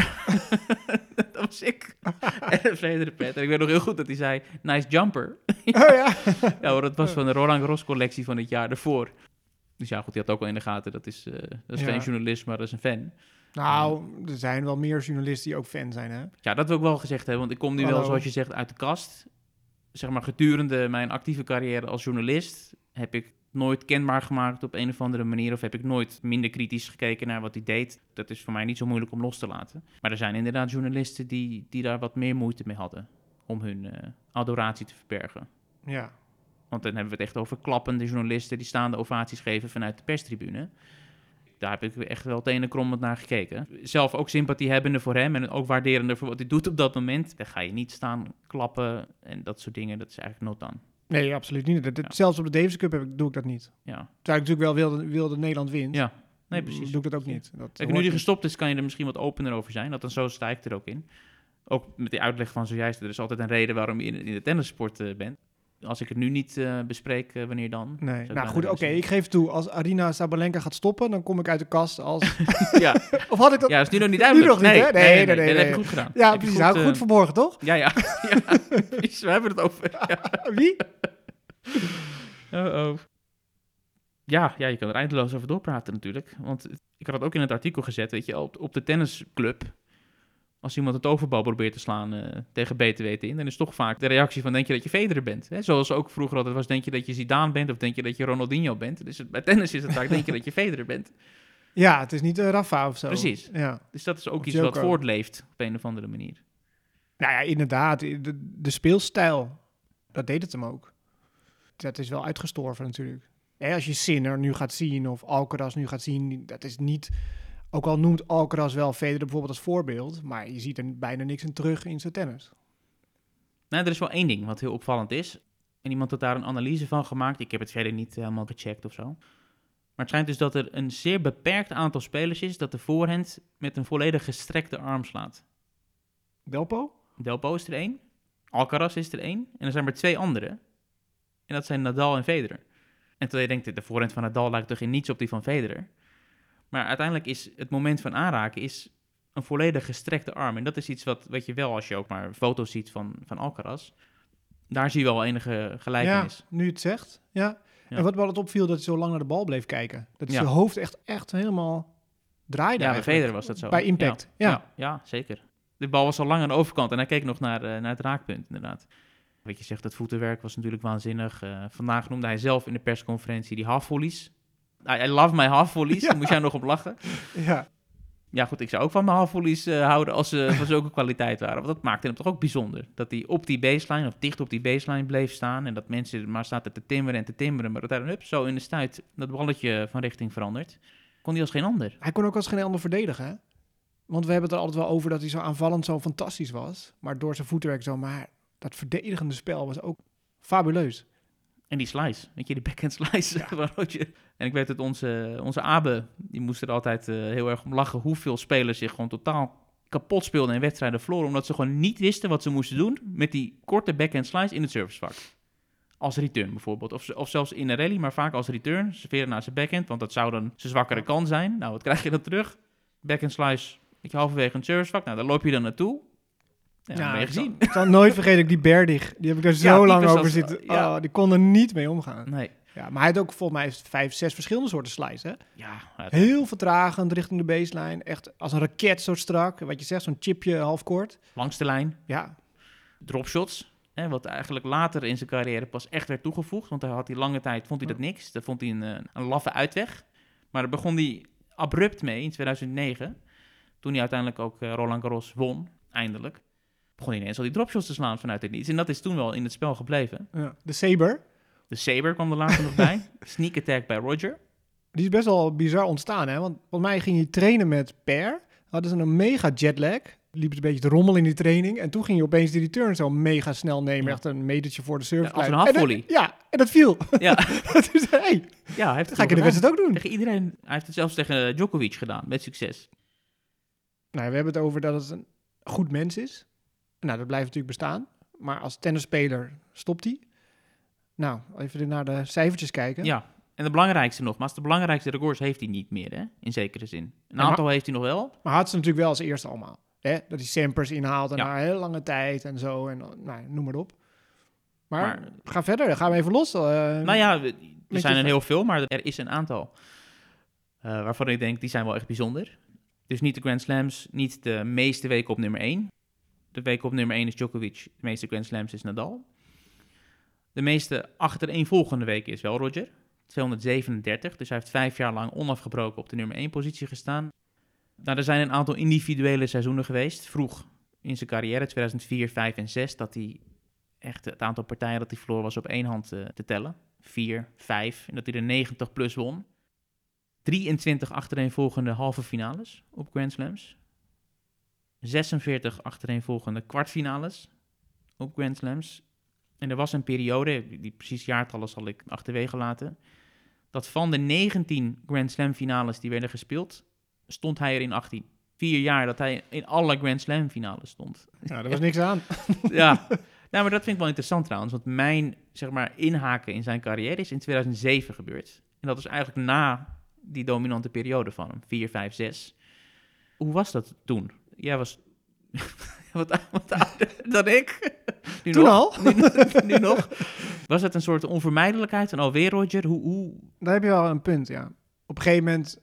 Dat was ik. En de Federer-pet. En ik weet nog heel goed dat hij zei, nice jumper. Oh ja? Ja hoor, dat was van de Roland Garros-collectie van het jaar ervoor. Dus ja, goed, die had ook al in de gaten. Dat is geen journalist, maar dat is een fan. Nou, er zijn wel meer journalisten die ook fan zijn, hè? Ja, dat wil ik wel gezegd hebben. Want ik kom nu wel, zoals je zegt, uit de kast. Zeg maar, gedurende mijn actieve carrière als journalist heb ik nooit kenbaar gemaakt op een of andere manier. Of heb ik nooit minder kritisch gekeken naar wat hij deed. Dat is voor mij niet zo moeilijk om los te laten. Maar er zijn inderdaad journalisten die daar wat meer moeite mee hadden om hun adoratie te verbergen. Ja. Want dan hebben we het echt over klappende journalisten die staande ovaties geven vanuit de perstribune. Daar heb ik echt wel tenenkrommend naar gekeken. Zelf ook sympathie hebbende voor hem en ook waarderende voor wat hij doet op dat moment. Dan ga je niet staan klappen en dat soort dingen. Dat is eigenlijk not done. Nee, absoluut niet. Zelfs op de Davis Cup doe ik dat niet. Ja. Terwijl ik natuurlijk wel wilde Nederland wint. Ja, nee, precies. Doe ik dat ook niet. Kijk, nu die gestopt is, kan je er misschien wat opener over zijn. Dat dan zo sta ik er ook in. Ook met die uitleg van zojuist. Er is altijd een reden waarom je in de tennissport bent. Als ik het nu niet bespreek, wanneer dan? Nee, nou goed, oké. Ik geef toe, als Aryna Sabalenka gaat stoppen, dan kom ik uit de kast als... Ja. Of had ik dat... Ja, dat is nu nog niet duidelijk. Nu nog niet, hè? Nee. Dat heb je goed gedaan. Ja, precies. Hou ik goed verborgen, toch? Ja. Precies, we hebben het over. Ja. Wie? Oh. Ja, je kan er eindeloos over doorpraten natuurlijk. Want ik had het ook in het artikel gezet, weet je, op de tennisclub. Als iemand een toverbal probeert te slaan tegen beter weten in, dan is toch vaak de reactie van denk je dat je Federer bent. Hè? Zoals ook vroeger altijd was, denk je dat je Zidane bent of denk je dat je Ronaldinho bent. Dus bij tennis is het vaak denk je dat je Federer bent. Ja, het is niet Rafa of zo. Precies. Ja. Dus dat is ook iets wat voortleeft op een of andere manier. Nou ja, inderdaad. De speelstijl, dat deed het hem ook. Dat is wel uitgestorven natuurlijk. Als je Sinner nu gaat zien of Alcaraz nu gaat zien, dat is niet... Ook al noemt Alcaraz wel Federer bijvoorbeeld als voorbeeld, maar je ziet er bijna niks in terug in zijn tennis. Nou, er is wel één ding wat heel opvallend is. En iemand had daar een analyse van gemaakt. Ik heb het verder niet helemaal gecheckt of zo. Maar het schijnt dus dat er een zeer beperkt aantal spelers is dat de voorhand met een volledig gestrekte arm slaat. Delpo is er 1. Alcaraz is er 1. En er zijn maar 2 anderen. En dat zijn Nadal en Federer. En terwijl je denkt, de voorhand van Nadal lijkt toch in niets op die van Federer. Maar uiteindelijk is het moment van aanraken is een volledig gestrekte arm. En dat is iets wat je wel, als je ook maar foto's ziet van Alcaraz, daar zie je wel enige gelijkenis. Ja, nu je het zegt. Ja. En wat wel het opviel, dat hij zo lang naar de bal bleef kijken. Dat hij zijn hoofd echt helemaal draaide. Ja, bij Federer was dat zo. Bij impact. Ja, zeker. De bal was al lang aan de overkant en hij keek nog naar het raakpunt, inderdaad. Wat je zegt, het voetenwerk was natuurlijk waanzinnig. Vandaag noemde hij zelf in de persconferentie die halfvolleys I love my half-volleys. Ja. Daar moest jij nog op lachen. Ja. Ja, goed, ik zou ook van mijn half-volleys houden als ze van zulke kwaliteit waren. Want dat maakte hem toch ook bijzonder. Dat hij op die baseline, of dicht op die baseline bleef staan. En dat mensen maar zaten te timmeren. Maar dat hij dan zo in de stuit dat balletje van richting verandert. Kon hij als geen ander. Hij kon ook als geen ander verdedigen, hè? Want we hebben het er altijd wel over dat hij zo aanvallend zo fantastisch was. Maar door zijn voetwerk zo. Maar dat verdedigende spel was ook fabuleus. En die slice, weet je, die backhand slice. Ja. En ik weet dat onze Abe, die moest er altijd heel erg om lachen. Hoeveel spelers zich gewoon totaal kapot speelden in wedstrijden verloren. Omdat ze gewoon niet wisten wat ze moesten doen met die korte backhand slice in het servicevak. Als return bijvoorbeeld. Of zelfs in een rally, maar vaak als return. Serveren naar zijn backhand, want dat zou dan zijn zwakkere kant zijn. Nou, wat krijg je dan terug? Backhand slice, weet je, halverwege een servicevak. Nou, daar loop je dan naartoe. Ja, ben je gezien. Ik zal nooit vergeten, die Berdig, die heb ik er zo lang over zitten. Ja. Oh, die kon er niet mee omgaan. Nee. Ja, maar hij had ook volgens mij 5, 6 verschillende soorten slice, hè? Ja. Heel vertragend richting de baseline. Echt als een raket zo strak. Wat je zegt, zo'n chipje halfkort. Langs de lijn. Ja. Dropshots. Wat eigenlijk later in zijn carrière pas echt werd toegevoegd. Want hij had die lange tijd, vond hij dat niks. Dan vond hij een laffe uitweg. Maar daar begon hij abrupt mee in 2009. Toen hij uiteindelijk ook Roland Garros won, eindelijk. Begon hij ineens al die dropshots te slaan vanuit het niets. En dat is toen wel in het spel gebleven. Ja. De Saber. De Saber kwam er later nog bij. Sneak attack bij Roger. Die is best wel bizar ontstaan, hè? Want volgens mij ging hij trainen met Per. Hadden ze een mega jetlag. Liep het een beetje te rommelen in die training. En toen ging je opeens die return zo mega snel nemen. Ja. Echt een metertje voor de service. Ja, als een halfvolley. En dat viel. Ja. Dus, hey, ja, hij heeft dat ga ik in de wedstrijd ook doen. Tegen iedereen. Hij heeft het zelfs tegen Djokovic gedaan, met succes. Nou, we hebben het over dat het een goed mens is. Nou, dat blijft natuurlijk bestaan. Maar als tennisspeler stopt hij. Nou, even naar de cijfertjes kijken. Ja, en de belangrijkste nogmaals. De belangrijkste records heeft hij niet meer, hè? In zekere zin. Een aantal heeft hij nog wel. Maar had ze natuurlijk wel als eerste allemaal. Hè? Dat hij Sampras inhaalt en na een hele lange tijd en zo. En nou, noem maar op. Maar ga verder. Dan gaan we even los. Nou ja, er zijn er heel veel, maar er is een aantal. Waarvan ik denk, die zijn wel echt bijzonder. Dus niet de Grand Slams, niet de meeste weken op nummer 1. De week op nummer 1 is Djokovic. De meeste Grand Slams is Nadal. De meeste achtereenvolgende weken is wel Roger. 237. Dus hij heeft 5 jaar lang onafgebroken op de nummer 1 positie gestaan. Nou, er zijn een aantal individuele seizoenen geweest. Vroeg in zijn carrière, 2004, 5 en 6, dat hij echt het aantal partijen dat hij verloor was op 1 hand te tellen. 4, 5. En dat hij er 90 plus won. 23 achtereenvolgende halve finales op Grand Slams. 46 achtereenvolgende kwartfinales op Grand Slams. En er was een periode, die precies jaartallen zal ik achterwege laten, dat van de 19 Grand Slam finales die werden gespeeld, stond hij er in 18. 4 jaar dat hij in alle Grand Slam finales stond. Ja, daar was niks aan. Ja, nou, maar dat vind ik wel interessant trouwens, want mijn, zeg maar, inhaken in zijn carrière is in 2007 gebeurd. En dat is eigenlijk na die dominante periode van hem, 4, 5, 6. Hoe was dat toen? Jij was wat ouder dan ik. Nu toen nog. al? Nu nog. Was het een soort onvermijdelijkheid? En alweer Roger? Hoe? Daar heb je wel een punt, ja. Op een gegeven moment,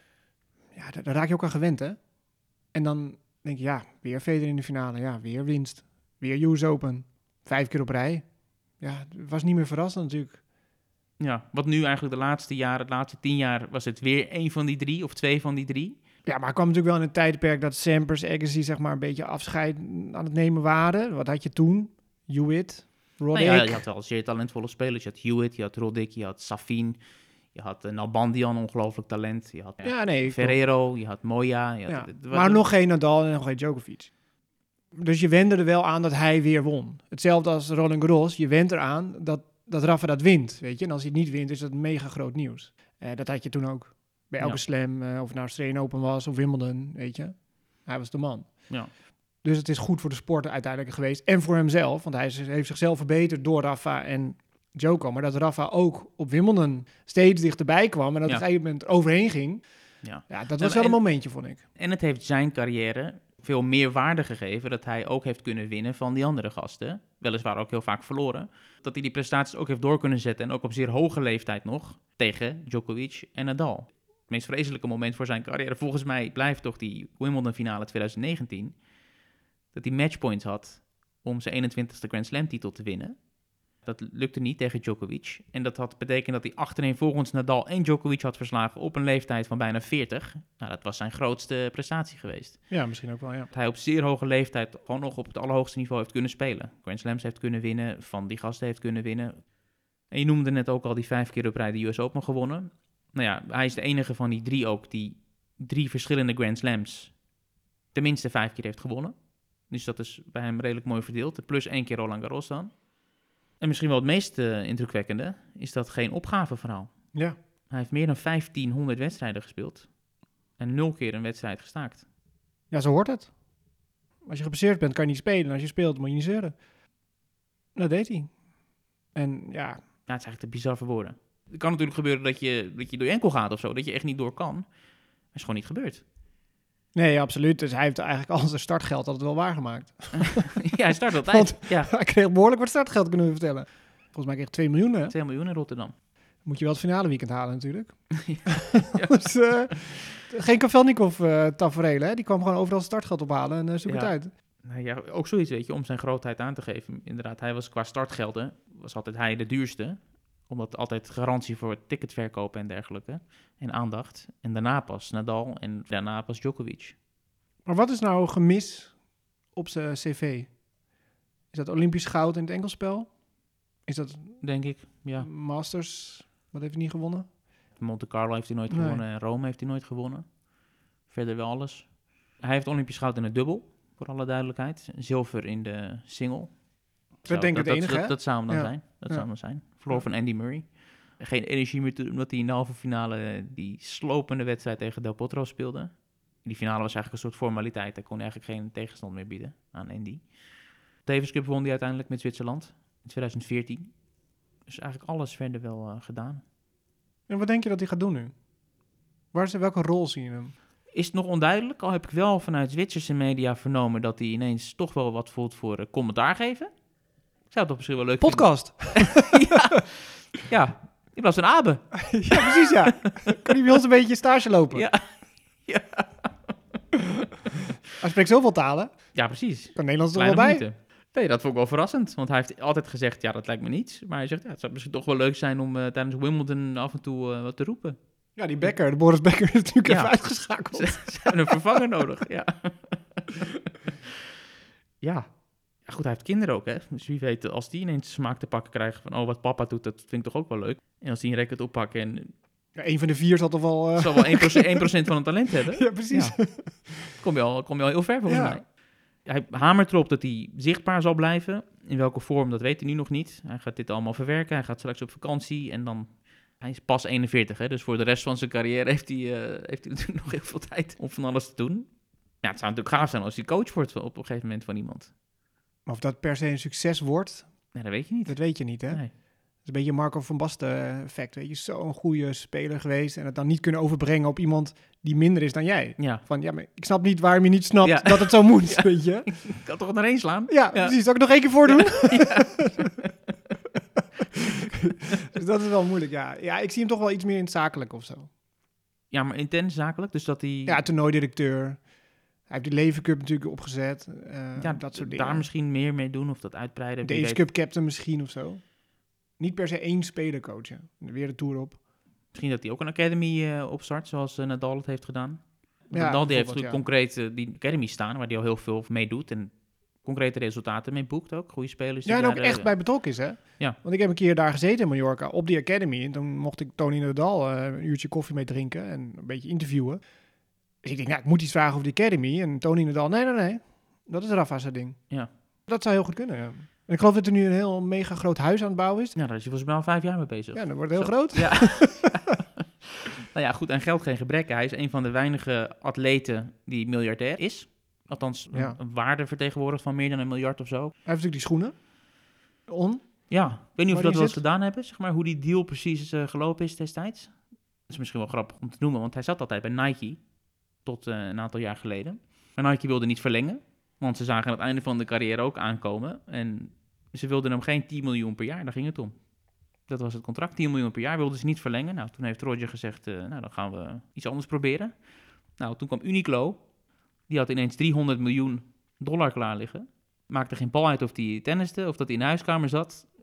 ja, daar raak je ook aan gewend, hè. En dan denk je, ja, weer Federer in de finale. Ja, weer winst. Weer US Open. 5 keer op rij. Ja, het was niet meer verrassend natuurlijk. Ja, wat nu eigenlijk de laatste jaren, de laatste 10 jaar, was het weer 1 van die 3 of 2 van die 3. Ja, maar het kwam natuurlijk wel in een tijdperk dat Sampras, Agassi, zeg maar, een beetje afscheid aan het nemen waren. Wat had je toen? Hewitt, Roddick. Nou ja, je had wel zeer talentvolle spelers. Je had Hewitt, je had Roddick, je had Safin, je had Nalbandian, ongelooflijk talent. Je had Ferrero, je had Moya. Je had, maar nog geen Nadal en nog geen Djokovic. Dus je wende er wel aan dat hij weer won. Hetzelfde als Roland Garros. Je went eraan dat Rafa dat wint, weet je. En als hij het niet wint, is dat mega groot nieuws. Dat had je toen ook. Bij elke slam, of het nou Australian Open was of Wimbledon, weet je. Hij was de man. Ja. Dus het is goed voor de sport uiteindelijk geweest. En voor hemzelf, want hij heeft zichzelf verbeterd door Rafa en Djoko. Maar dat Rafa ook op Wimbledon steeds dichterbij kwam en dat op een gegeven moment overheen ging. Ja, dat was wel een momentje, vond ik. En het heeft zijn carrière veel meer waarde gegeven dat hij ook heeft kunnen winnen van die andere gasten. Weliswaar ook heel vaak verloren. Dat hij die prestaties ook heeft door kunnen zetten en ook op zeer hoge leeftijd nog tegen Djokovic en Nadal. Het meest vreselijke moment voor zijn carrière volgens mij blijft toch die Wimbledon finale 2019. Dat hij matchpoints had om zijn 21ste Grand Slam titel te winnen. dat lukte niet tegen Djokovic. En dat had betekend dat hij achtereenvolgens Nadal en Djokovic had verslagen op een leeftijd van bijna 40. Nou, dat was zijn grootste prestatie geweest. Ja, misschien ook wel, ja. Dat hij op zeer hoge leeftijd gewoon nog op het allerhoogste niveau heeft kunnen spelen. Grand Slams heeft kunnen winnen, van die gasten heeft kunnen winnen. En je noemde net ook al die 5 keer op rij de US Open gewonnen. Nou ja, hij is de enige van die 3 ook die 3 verschillende Grand Slams tenminste 5 keer heeft gewonnen. Dus dat is bij hem redelijk mooi verdeeld. Plus 1 keer Roland Garros dan. En misschien wel het meest indrukwekkende is dat geen opgaveverhaal. Ja. Hij heeft meer dan 1500 wedstrijden gespeeld. En 0 keer een wedstrijd gestaakt. Ja, zo hoort het. Als je geblesseerd bent, kan je niet spelen. En als je speelt, moet je niet zeuren. Dat deed hij. En ja... Ja, het is eigenlijk te bizar voor woorden. Het kan natuurlijk gebeuren dat je door je enkel gaat of zo. Dat je echt niet door kan. Dat is gewoon niet gebeurd. Nee, absoluut. Dus hij heeft eigenlijk al zijn startgeld altijd wel waargemaakt. Ja, hij start altijd. Ja. Hij kreeg behoorlijk wat startgeld, kunnen we vertellen. Volgens mij kreeg 2 miljoen, hè? 2 miljoen in Rotterdam. Moet je wel het finale weekend halen, natuurlijk. Ja. Dus, geen Kafelnikov-tafereel, hè? Die kwam gewoon overal startgeld ophalen en zoek het uit. Nou ja, ook zoiets, weet je, om zijn grootheid aan te geven. Inderdaad, hij was qua startgelden, was altijd hij de duurste. Omdat altijd garantie voor ticketverkoop en dergelijke. En aandacht. En daarna pas Nadal en daarna pas Djokovic. Maar wat is nou gemis op zijn cv? Is dat Olympisch goud in het enkelspel? Is dat... Denk ik, ja. Masters, wat heeft hij niet gewonnen? Monte Carlo heeft hij nooit gewonnen en Rome heeft hij nooit gewonnen. Verder wel alles. Hij heeft Olympisch goud in het dubbel, voor alle duidelijkheid. Zilver in de single. Dat denk ik het enige, hè? Dat zou hem dan zijn. Dat zou hem zijn. Verloor van Andy Murray. Geen energie meer omdat hij in de halve finale die slopende wedstrijd tegen Del Potro speelde. Die finale was eigenlijk een soort formaliteit. Hij kon eigenlijk geen tegenstand meer bieden aan Andy. Davis Cup won hij uiteindelijk met Zwitserland in 2014. Dus eigenlijk alles verder wel gedaan. En wat denk je dat hij gaat doen nu? Welke rol zie je hem? Is het nog onduidelijk. Al heb ik wel vanuit Zwitserse media vernomen dat hij ineens toch wel wat voelt voor commentaar geven. Ik zou het toch misschien wel leuk Podcast. Ja, die was een Abe. Ja, precies, ja. Kan hij bij ons een beetje stage lopen? Ja. Hij spreekt zoveel talen. Ja, precies. Kan Nederlands er wel bij? Minuten. Nee, dat vond ik wel verrassend. Want hij heeft altijd gezegd, ja, dat lijkt me niets. Maar hij zegt, ja, het zou misschien toch wel leuk zijn om tijdens Wimbledon af en toe wat te roepen. Ja, die Becker, de Boris Becker is natuurlijk even uitgeschakeld. Ze hebben een vervanger nodig, ja. Ja. Goed, hij heeft kinderen ook, hè. Dus wie weet, als die ineens smaak te pakken krijgen van... wat papa doet, dat vind ik toch ook wel leuk. En als die een record oppakken en... Ja, 1 van de 4 zal toch wel... Zal wel 1% van het talent hebben. Ja, precies. Ja. Kom je al heel ver, volgens mij. Hij hamert erop dat hij zichtbaar zal blijven. In welke vorm, dat weet hij nu nog niet. Hij gaat dit allemaal verwerken. Hij gaat straks op vakantie en dan... Hij is pas 41, hè, dus voor de rest van zijn carrière heeft hij natuurlijk nog heel veel tijd om van alles te doen. Ja, het zou natuurlijk gaaf zijn als hij coach wordt op een gegeven moment van iemand. Maar of dat per se een succes wordt, nee, dat weet je niet. Dat weet je niet, hè? Nee. Het is een beetje Marco van Basten effect, weet je. Zo'n goede speler geweest en het dan niet kunnen overbrengen op iemand die minder is dan jij. Ja. Van, ja, maar ik snap niet waarom je niet snapt dat het zo moet, weet je. Ik kan toch naar één slaan? Ja, precies. Zal ik het nog 1 keer voordoen? Dus dat is wel moeilijk, ja. Ja, ik zie hem toch wel iets meer in het zakelijk of zo. Ja, maar intens zakelijk, dus dat hij... Ja, toernooidirecteur. Hij heeft die Leven Cup natuurlijk opgezet. Dat soort dingen. Daar misschien meer mee doen of dat uitbreiden. Davis Cup captain misschien of zo. Niet per se 1 speler coachen. Weer de Tour op. Misschien dat hij ook een academy opstart, zoals Nadal het heeft gedaan. Ja, Nadal die heeft concreet die academy staan, waar hij al heel veel mee doet en concrete resultaten mee boekt ook. Goede spelers. Ja, en ook echt bij betrokken is, hè? Ja. Want ik heb een keer daar gezeten in Mallorca, op die academy. En toen mocht ik Tony Nadal een uurtje koffie mee drinken en een beetje interviewen. Dus ik denk, nou, ik moet iets vragen over die academy. En Tony Nadal, nee. Dat is Rafa's ding. Ja. Dat zou heel goed kunnen, ja. En ik geloof dat er nu een heel mega groot huis aan het bouwen is. Ja, daar is hij volgens mij al 5 jaar mee bezig. Ja, dan wordt het heel groot. Ja. Nou ja, goed, aan geld geen gebrek. Hij is een van de weinige atleten die miljardair is. Althans, een waarde vertegenwoordigt van meer dan $1 miljard of zo. Hij heeft natuurlijk die schoenen. Ja, ik weet niet of we dat wel eens gedaan hebben. Zeg maar hoe die deal precies gelopen is destijds. Dat is misschien wel grappig om te noemen, want hij zat altijd bij Nike. Tot een aantal jaar geleden. Maar Nike wilde niet verlengen. Want ze zagen aan het einde van de carrière ook aankomen. En ze wilden hem geen 10 miljoen per jaar, daar ging het om. Dat was het contract, 10 miljoen per jaar wilden ze niet verlengen. Nou, toen heeft Roger gezegd, nou dan gaan we iets anders proberen. Nou, toen kwam Uniqlo. Die had ineens $300 miljoen klaar liggen. Maakte geen bal uit of hij tenniste of dat hij in de huiskamer zat.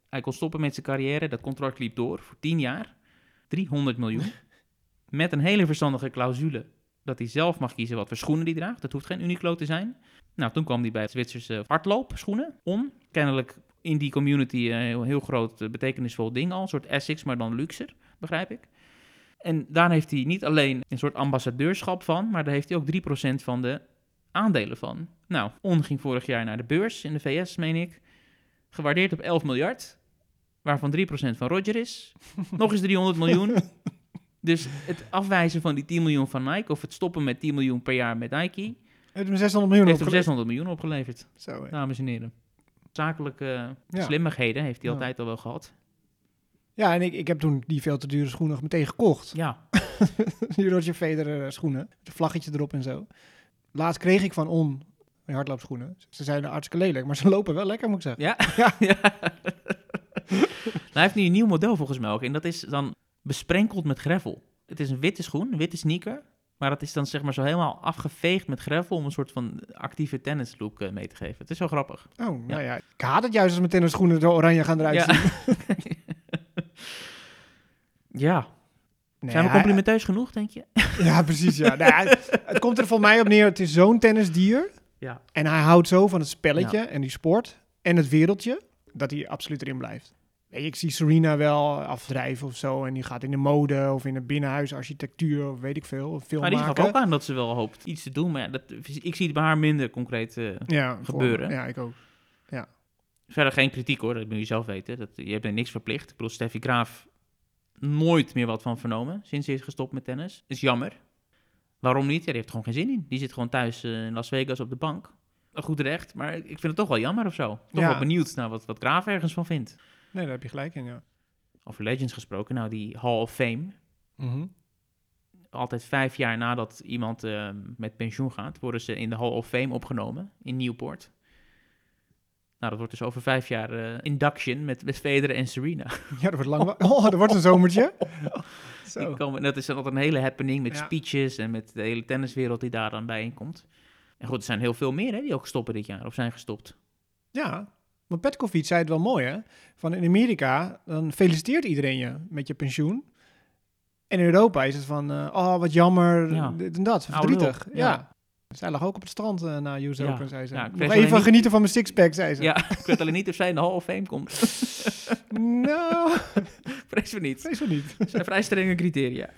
Hij kon stoppen met zijn carrière. Dat contract liep door voor 10 jaar. 300 miljoen. Met een hele verstandige clausule dat hij zelf mag kiezen wat voor schoenen hij draagt. Dat hoeft geen Uniqlo te zijn. Nou, toen kwam hij bij het Zwitserse hardloopschoenen om. Kennelijk in die community een heel groot betekenisvol ding al. Een soort Essex, maar dan luxer, begrijp ik. En daar heeft hij niet alleen een soort ambassadeurschap van, maar daar heeft hij ook 3% van de aandelen van. Nou, On ging vorig jaar naar de beurs in de VS, meen ik. Gewaardeerd op 11 miljard, waarvan 3% van Roger is. Nog eens 300 miljoen. Dus het afwijzen van die 10 miljoen van Nike, of het stoppen met 10 miljoen per jaar met Nike, heeft hem 600 miljoen heeft hem 600 miljoen opgeleverd. Zo, dames en heren. Zakelijke slimmigheden heeft hij altijd al wel gehad. Ja, en ik heb toen die veel te dure schoenen meteen gekocht. Ja. Die Roger Federer schoenen. Met een vlaggetje erop en zo. Laatst kreeg ik van On hardloopschoenen. Ze zijn hartstikke lelijk, maar ze lopen wel lekker, moet ik zeggen. Ja? Ja. Hij heeft nu een nieuw model volgens mij ook. En dat is dan besprenkeld met gravel. Het is een witte schoen, een witte sneaker. Maar dat is dan zeg maar zo helemaal afgeveegd met gravel om een soort van actieve tennislook mee te geven. Het is wel grappig. Oh, nou ja. Ik haat het juist als mijn tennisschoenen zo oranje gaan eruit zien. Ja. Nee, zijn we complimenteus genoeg, denk je? Ja, precies, ja. Nou, het komt er volgens mij op neer, het is zo'n tennisdier. Ja. En hij houdt zo van het spelletje en die sport en het wereldje, dat hij absoluut erin blijft. Ik zie Serena wel afdrijven of zo. En die gaat in de mode of in de binnenhuisarchitectuur of weet ik veel. Of film maken. Die gaf ook aan dat ze wel hoopt iets te doen. Maar ja, ik zie het bij haar minder concreet gebeuren. Ja, ik ook. Ja. Verder geen kritiek hoor, dat moet je zelf weten. Je hebt er niks verplicht. Ik bedoel, Steffi Graaf nooit meer wat van vernomen sinds hij is gestopt met tennis. Is jammer. Waarom niet? Ja, die heeft er gewoon geen zin in. Die zit gewoon thuis in Las Vegas op de bank. Goed recht, maar ik vind het toch wel jammer of zo. Toch wel benieuwd naar wat Graaf ergens van vindt. Nee, daar heb je gelijk in, ja. Over Legends gesproken, nou die Hall of Fame. Mm-hmm. Altijd 5 jaar nadat iemand met pensioen gaat, worden ze in de Hall of Fame opgenomen in Newport. Nou, dat wordt dus over 5 jaar induction met Federer en Serena. Ja, dat wordt lang. Dat wordt een zomertje. Zo. Dat is dan altijd een hele happening met speeches en met de hele tenniswereld die daar dan bijeenkomt. En goed, er zijn heel veel meer hè, die ook stoppen dit jaar, of zijn gestopt. Ja, maar Petkovic zei het wel mooi, hè? Van in Amerika, dan feliciteert iedereen je met je pensioen. En in Europa is het van, wat jammer, dit en dat, verdrietig. Ja. Zij lag ook op het strand na US Open, zei ze. Ja, nog even genieten van mijn sixpack, zei ze. Ja, ik weet alleen niet of zij in de Hall of Fame komt. Nou, vrees we niet. Vrees we niet. Dat zijn vrij strenge criteria.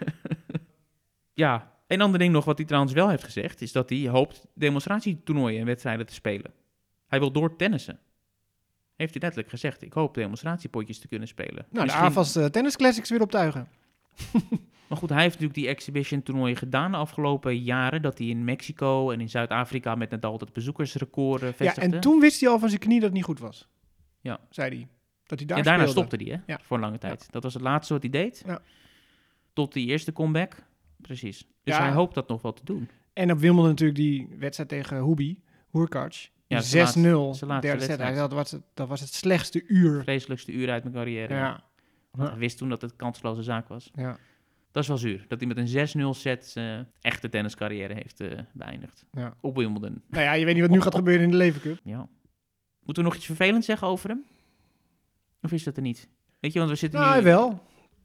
Ja, een ander ding nog wat hij trouwens wel heeft gezegd, is dat hij hoopt demonstratietoernooien en wedstrijden te spelen. Hij wil door tennissen. Heeft hij letterlijk gezegd, ik hoop demonstratiepotjes te kunnen spelen. Nou, de AFAS Tennis Classics weer optuigen. Maar goed, hij heeft natuurlijk die exhibition toernooien gedaan de afgelopen jaren, dat hij in Mexico en in Zuid-Afrika met Nadal dat bezoekersrecord vestigde. Ja, en toen wist hij al van zijn knie dat het niet goed was. Ja. Zei hij. Dat hij daar en daarna speelde. stopte hij, hè? Ja. Voor een lange tijd. Ja. Dat was het laatste wat hij deed. Ja. Tot die eerste comeback. Precies. Dus hij hoopt dat nog wel te doen. En op Wimbledon natuurlijk die wedstrijd tegen Hurkacz. Ja, 6-0. Derde set. Dat was het slechtste uur. Vreselijkste uur uit mijn carrière. Ja. Want hij wist toen dat het kansloze zaak was. Ja. Dat is wel zuur. Dat hij met een 6-0 set echte tenniscarrière heeft beëindigd. Ja. Op Wimbledon. Nou ja, je weet niet wat nu gaat gebeuren in de Lever Cup. Ja. Moeten we nog iets vervelends zeggen over hem? Of is dat er niet? Weet je, want we zitten nu... wel.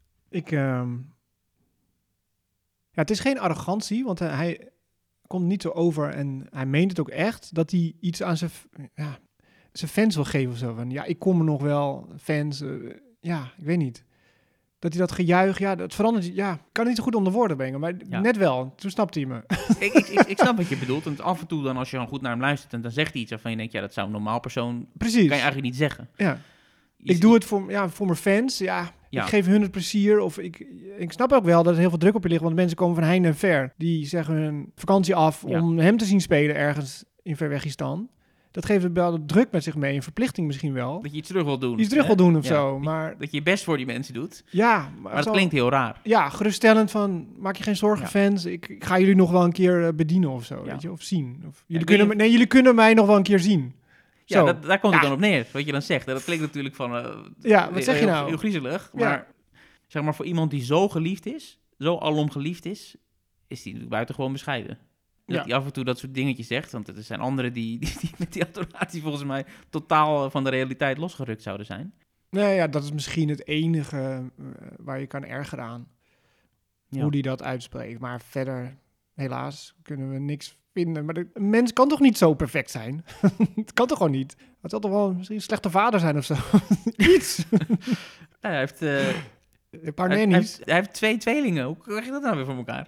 Ja, het is geen arrogantie, want hij komt niet zo over en hij meent het ook echt, dat hij iets aan zijn fans wil geven of zo. Van, ja, ik kom er nog wel, fans, ik weet niet. Dat hij dat gejuich, dat verandert, ik kan niet zo goed onder woorden brengen, maar net wel. Toen snapte hij me. Ik snap wat je bedoelt. En af en toe dan, als je dan goed naar hem luistert en dan zegt hij iets waarvan je denkt, dat zou een normaal persoon, precies, kan je eigenlijk niet zeggen. Ja. Ik doe het voor mijn fans, ik geef hun het plezier. Of ik snap ook wel dat er heel veel druk op je ligt, want mensen komen van heinde en ver. Die zeggen hun vakantie af om hem te zien spelen ergens in Verwegistan. Dat geeft wel de druk met zich mee, een verplichting misschien wel. Dat je iets terug wil doen. Iets terug wil doen of zo. Maar dat je je best voor die mensen doet. Ja. Maar dat klinkt heel raar. Ja, geruststellend van, maak je geen zorgen fans. Ik ga jullie nog wel een keer bedienen of zo, weet je, of zien. Of, jullie kunnen mij nog wel een keer zien. Ja, daar komt het dan op neer, wat je dan zegt. Dat klinkt natuurlijk van... wat zeg je nou? Heel griezelig. Maar zeg maar voor iemand die zo geliefd is, zo alom geliefd is hij natuurlijk buitengewoon bescheiden. Dat hij af en toe dat soort dingetjes zegt. Want er zijn anderen die met die adoratie volgens mij totaal van de realiteit losgerukt zouden zijn. Nee, ja, dat is misschien het enige waar je kan ergeren aan. Ja. Hoe die dat uitspreekt. Maar verder, helaas, kunnen we niks vinden. Maar een mens kan toch niet zo perfect zijn? Het kan toch gewoon niet? Het zal toch wel misschien een slechte vader zijn of zo? Iets. Hij heeft... Een paar nannies. Hij heeft 2 tweelingen. Hoe krijg je dat nou weer voor elkaar?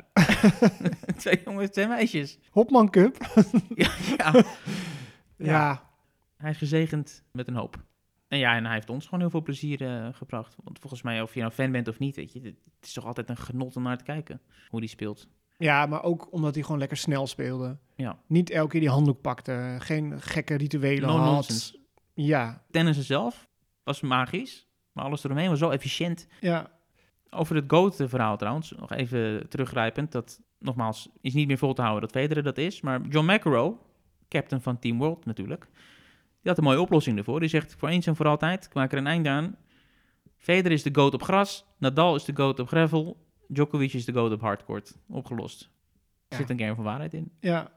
2 jongens, 2 meisjes. Hopman Cup. Ja. Ja. Hij is gezegend met een hoop. En hij heeft ons gewoon heel veel plezier gebracht. Want volgens mij, of je nou fan bent of niet, weet je, het is toch altijd een genot om naar te kijken hoe die speelt. Ja, maar ook omdat hij gewoon lekker snel speelde. Ja. Niet elke keer die handdoek pakte. Geen gekke rituelen No had. nonsense. Ja. Tennissen zelf was magisch, maar alles eromheen was zo efficiënt. Ja. Over het GOAT-verhaal trouwens, nog even teruggrijpend. Dat, nogmaals, is niet meer vol te houden dat Federer dat is. Maar John McEnroe, captain van Team World natuurlijk, die had een mooie oplossing ervoor. Die zegt, voor eens en voor altijd, ik maak er een einde aan. Federer is de GOAT op gras, Nadal is de GOAT op gravel, Djokovic is de GOAT op hardcourt. Opgelost. Er zit een kern van waarheid in. Ja.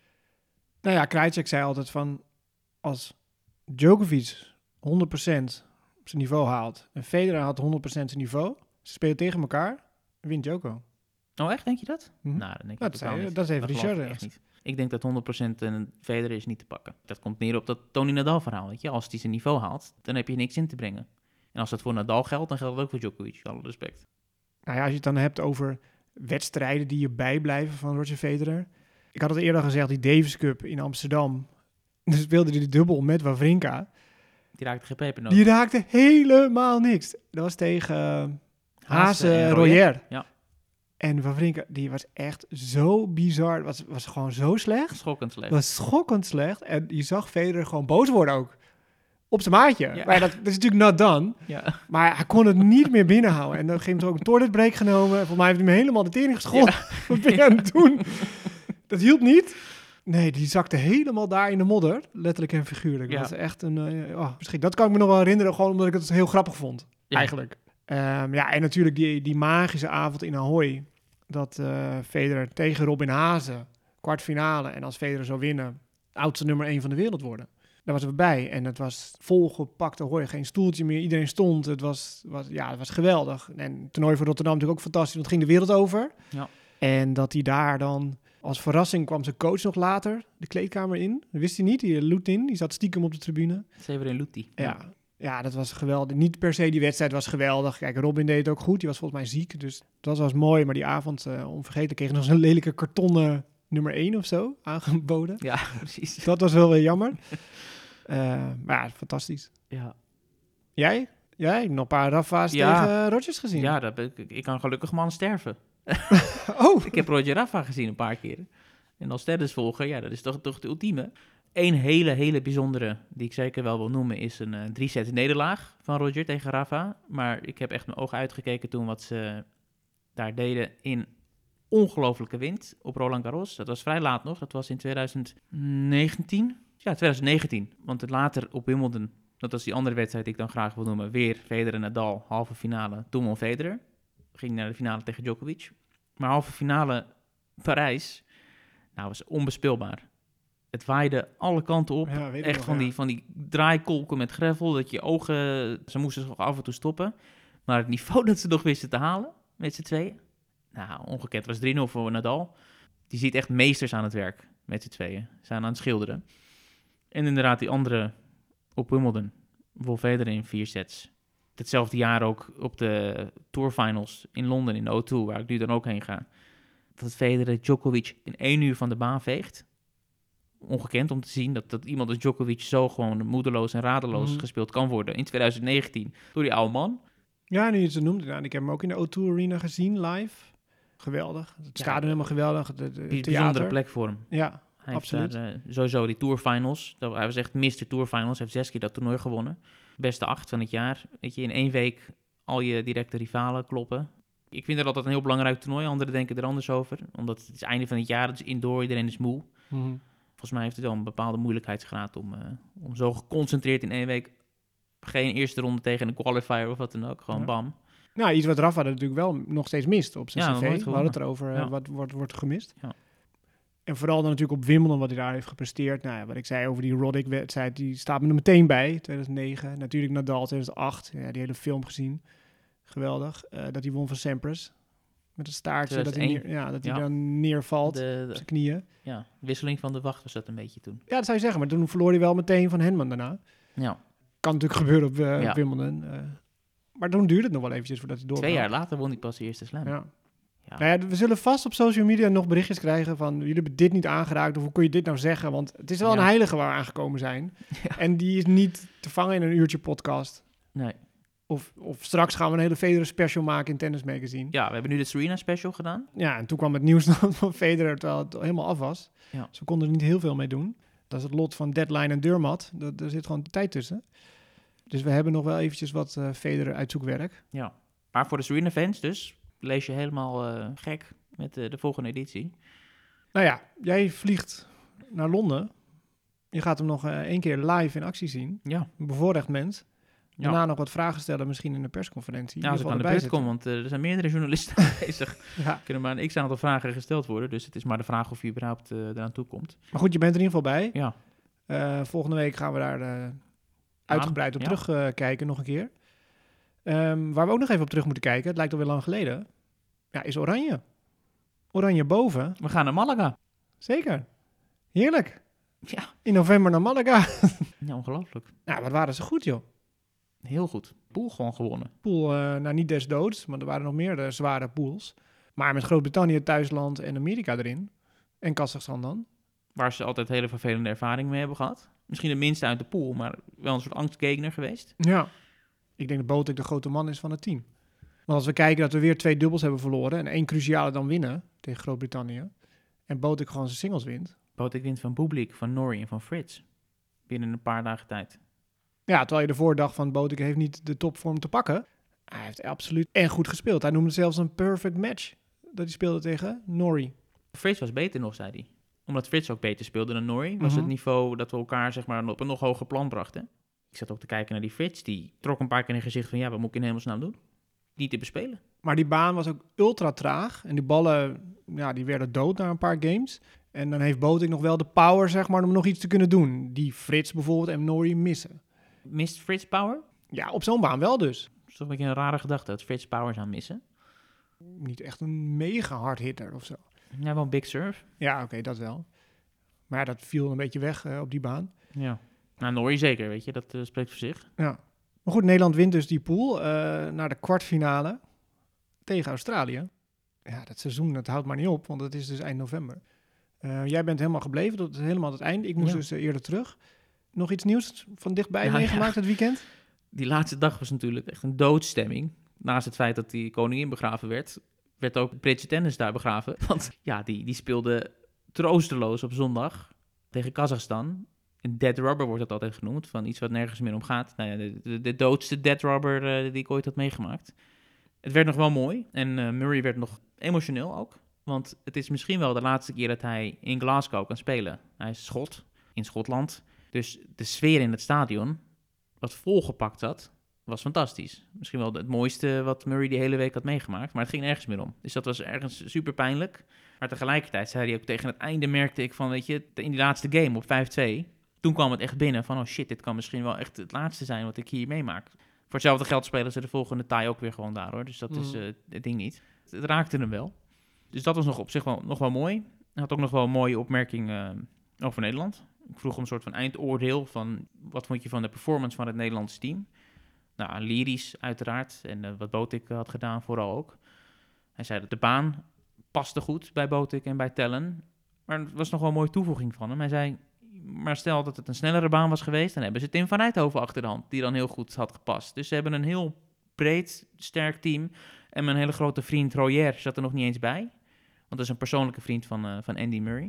Nou ja, Krajicek zei altijd van, als Djokovic 100% op zijn niveau haalt en Federer had 100% zijn niveau, ze spelen tegen elkaar, wint Djoko. Oh echt, denk je dat? Mhm. Nou, dat denk ik Dat totaal zei je, niet. dat is even Dat Richard geloof ik echt. echt niet. Ik denk dat 100% een Federer is niet te pakken. Dat komt neer op dat Tony Nadal verhaal, weet je. Als hij zijn niveau haalt, dan heb je niks in te brengen. En als dat voor Nadal geldt, dan geldt dat ook voor Djokovic. Alle respect. Nou ja, als je het dan hebt over wedstrijden die je bijblijven van Roger Federer. Ik had het eerder gezegd, die Davis Cup in Amsterdam. Dus speelde hij de dubbel met Wawrinka. Die raakte geen pepernoot. Die raakte helemaal niks. Dat was tegen Haase en Royer. Ja. En Wawrinka, die was echt zo bizar. Was gewoon zo slecht. Schokkend slecht. Was schokkend slecht. En je zag Federer gewoon boos worden ook. Op zijn maatje. Ja. Maar dat is natuurlijk not done. Ja. Maar hij kon het niet meer binnenhouden. En dan ging er ook een toiletbreak genomen. Volgens mij heeft hij me helemaal de tering geschoten. Ja. Wat ben je aan het doen? Dat hielp niet. Nee, die zakte helemaal daar in de modder. Letterlijk en figuurlijk. Ja. Dat was echt een... misschien, dat kan ik me nog wel herinneren. Gewoon omdat ik het heel grappig vond. Ja. Eigenlijk. Ja, en natuurlijk die magische avond in Ahoy. Dat Federer tegen Robin Haase. Kwartfinale. En als Federer zou winnen, oudste nummer 1 van de wereld worden. Daar was we bij. En het was volgepakt Ahoy. Geen stoeltje meer. Iedereen stond. Het was geweldig. En het toernooi van Rotterdam natuurlijk ook fantastisch. Want het ging de wereld over. Ja. En dat hij daar dan... Als verrassing kwam zijn coach nog later de kleedkamer in. Dat wist hij niet. Die Lutin, die zat stiekem op de tribune. Severin Luthi. Ja, dat was geweldig. Niet per se die wedstrijd was geweldig. Kijk, Robin deed het ook goed. Die was volgens mij ziek. Dus dat was mooi. Maar die avond, onvergetelijk, kreeg nog zo'n lelijke kartonnen nummer 1 of zo aangeboden. Ja, precies. Dat was wel weer jammer. Maar ja, fantastisch. Ja. Jij? Nog een paar Rafa's tegen Rodgers gezien? Ja, ik kan gelukkig man sterven. Oh! Ik heb Roger Rafa gezien een paar keer. En als tennisvolger, ja, dat is toch de ultieme. Eén hele bijzondere, die ik zeker wel wil noemen, is een 3-set nederlaag van Roger tegen Rafa. Maar ik heb echt mijn ogen uitgekeken toen wat ze daar deden in ongelofelijke wind op Roland Garros. Dat was vrij laat nog, dat was in 2019. Ja, 2019, want het later op Wimbledon, dat was die andere wedstrijd die ik dan graag wil noemen, weer Federer en Nadal, halve finale, toen won Federer. Ging naar de finale tegen Djokovic. Maar halve finale Parijs, nou, was onbespeelbaar. Het waaide alle kanten op. Ja, weet ik echt nog, van die draaikolken met gravel, dat je ogen, ze moesten zich af en toe stoppen. Maar het niveau dat ze nog wisten te halen, met z'n tweeën, nou, ongekend. Het was 3-0 voor Nadal. Die ziet echt meesters aan het werk, met z'n tweeën. Ze zijn aan het schilderen. En inderdaad, die andere op Wimbledon, won Federer in 4 sets. Hetzelfde jaar ook op de Tour Finals in Londen, in de O2, waar ik nu dan ook heen ga. Dat Federer Djokovic in 1 uur van de baan veegt. Ongekend om te zien dat iemand als Djokovic zo gewoon moedeloos en radeloos gespeeld kan worden. In 2019 door die oude man. Ja, nu je het zo noemt. Ik heb hem ook in de O2 Arena gezien, live. Geweldig. Het stadion helemaal geweldig. Bijzondere plek voor hem. Ja, hij absoluut. Heeft daar, sowieso die Tour Finals. Hij was echt Mr. Tour Finals. Hij heeft 6 keer dat toernooi gewonnen. Beste 8 van het jaar. Weet je, in 1 week al je directe rivalen kloppen. Ik vind dat altijd een heel belangrijk toernooi. Anderen denken er anders over. Omdat het is einde van het jaar. Het is indoor. Iedereen is moe. Mm-hmm. Volgens mij heeft het wel een bepaalde moeilijkheidsgraad om zo geconcentreerd in 1 week geen eerste ronde tegen een qualifier of wat dan ook. Gewoon bam. Nou, iets wat Rafa natuurlijk wel nog steeds mist op zijn cv. We hadden het erover, Ja. wat wordt gemist. Ja. En vooral dan natuurlijk op Wimbledon, wat hij daar heeft gepresteerd. Nou ja, wat ik zei over die Roddick-wedstrijd, die staat me er meteen bij. 2009. Natuurlijk Nadal 2008. Ja, die hele film gezien. Geweldig. Dat hij won van Sampras. Met het staartje, dat hij dan neervalt op zijn knieën. Ja, wisseling van de wacht was dat een beetje toen. Ja, dat zou je zeggen. Maar toen verloor hij wel meteen van Henman daarna. Ja. Kan natuurlijk gebeuren op Wimbledon. Maar toen duurde het nog wel eventjes voordat hij doorbrak. 2 jaar later won hij pas de eerste slam. Ja. Ja. Nou ja, we zullen vast op social media nog berichtjes krijgen van... jullie hebben dit niet aangeraakt, of hoe kun je dit nou zeggen? Want het is wel een heilige waar we aangekomen zijn. Ja. En die is niet te vangen in een uurtje podcast. Nee. Of straks gaan we een hele Federer special maken in Tennis Magazine. Ja, we hebben nu de Serena special gedaan. Ja, en toen kwam het nieuws van Federer terwijl het helemaal af was. Ja. Ze konden er niet heel veel mee doen. Dat is het lot van Deadline en Deurmat. Er zit gewoon tijd tussen. Dus we hebben nog wel eventjes wat Federer uitzoekwerk. Ja, maar voor de Serena fans dus... lees je helemaal gek met de volgende editie. Nou ja, jij vliegt naar Londen. Je gaat hem nog 1 keer live in actie zien. Ja. Een bevoorrecht mens. Daarna nog wat vragen stellen, misschien in de persconferentie. Ja, als ik aan de beurt kom, want er zijn meerdere journalisten aanwezig. Er kunnen maar een x-aantal vragen gesteld worden. Dus het is maar de vraag of je überhaupt eraan toe komt. Maar goed, je bent er in ieder geval bij. Ja. Volgende week gaan we daar uitgebreid op terugkijken nog een keer. Waar we ook nog even op terug moeten kijken, het lijkt alweer lang geleden, is Oranje. Oranje boven. We gaan naar Malaga. Zeker. Heerlijk. Ja. In november naar Malaga. Ja, ongelooflijk. Nou, wat waren ze goed, joh. Heel goed. Pool gewoon gewonnen. Pool, niet des doods, maar er waren nog meer zware pools. Maar met Groot-Brittannië, thuisland en Amerika erin. En Kazachstan dan. Waar ze altijd hele vervelende ervaring mee hebben gehad. Misschien de minste uit de pool, maar wel een soort angstgegner geweest. Ja. Ik denk dat Botic de grote man is van het team. Want als we kijken dat we weer 2 dubbels hebben verloren... en 1 cruciale dan winnen tegen Groot-Brittannië... en Botic gewoon zijn singles wint... Botic wint van Bublik, van Norrie en van Fritz. Binnen een paar dagen tijd. Ja, terwijl je ervoor dacht van Botic heeft niet de topvorm te pakken. Hij heeft absoluut en goed gespeeld. Hij noemde het zelfs een perfect match dat hij speelde tegen Norrie. Fritz was beter nog, zei hij. Omdat Fritz ook beter speelde dan Norrie... was het niveau dat we elkaar zeg maar op een nog hoger plan brachten. Ik zat ook te kijken naar die Fritz. Die trok een paar keer in het gezicht van... ja, wat moet ik in hemelsnaam doen? Niet te bespelen. Maar die baan was ook ultra traag. En die ballen, die werden dood na een paar games. En dan heeft Botic nog wel de power, zeg maar, om nog iets te kunnen doen. Die Fritz bijvoorbeeld en Norrie missen. Mist Fritz power? Ja, op zo'n baan wel dus. Dat is toch een beetje een rare gedachte, dat Fritz power zou missen. Niet echt een mega hard hitter of zo. Ja, wel een big serve. Ja, oké, dat wel. Maar ja, dat viel een beetje weg op die baan. Ja. Nou, Norrie zeker, weet je. Dat spreekt voor zich. Ja. Maar goed, Nederland wint dus die pool naar de kwartfinale tegen Australië. Ja, dat seizoen, dat houdt maar niet op, want het is dus eind november. Jij bent helemaal gebleven, tot helemaal het einde. Ik moest dus eerder terug. Nog iets nieuws van dichtbij meegemaakt het weekend? Die laatste dag was natuurlijk echt een doodstemming. Naast het feit dat die koningin begraven werd ook Britse tennis daar begraven. Want ja, die speelde troosteloos op zondag tegen Kazachstan. Een dead rubber wordt dat altijd genoemd, van iets wat nergens meer om gaat. Nou ja, de doodste dead rubber die ik ooit had meegemaakt. Het werd nog wel mooi en Murray werd nog emotioneel ook. Want het is misschien wel de laatste keer dat hij in Glasgow kan spelen. Hij is Schot, in Schotland. Dus de sfeer in het stadion, wat volgepakt zat, was fantastisch. Misschien wel het mooiste wat Murray die hele week had meegemaakt. Maar het ging nergens meer om. Dus dat was ergens super pijnlijk. Maar tegelijkertijd zei hij ook tegen het einde, merkte ik van, weet je, in die laatste game op 5-2... Toen kwam het echt binnen van, oh shit, dit kan misschien wel echt het laatste zijn wat ik hier meemaak. Voor hetzelfde geld spelen ze de volgende taai ook weer gewoon daar, hoor. Dus dat is het ding niet. Het raakte hem wel. Dus dat was nog op zich wel, nog wel mooi. Hij had ook nog wel een mooie opmerking over Nederland. Ik vroeg hem een soort van eindoordeel van, wat vond je van de performance van het Nederlandse team? Nou, lyrisch uiteraard. En wat Botic had gedaan vooral ook. Hij zei dat de baan paste goed bij Botic en bij Tellen. Maar het was nog wel een mooie toevoeging van hem. Hij zei, maar stel dat het een snellere baan was geweest, dan hebben ze Tim van Rijthoven achter de hand, die dan heel goed had gepast. Dus ze hebben een heel breed, sterk team. En mijn hele grote vriend Royer zat er nog niet eens bij. Want dat is een persoonlijke vriend van Andy Murray.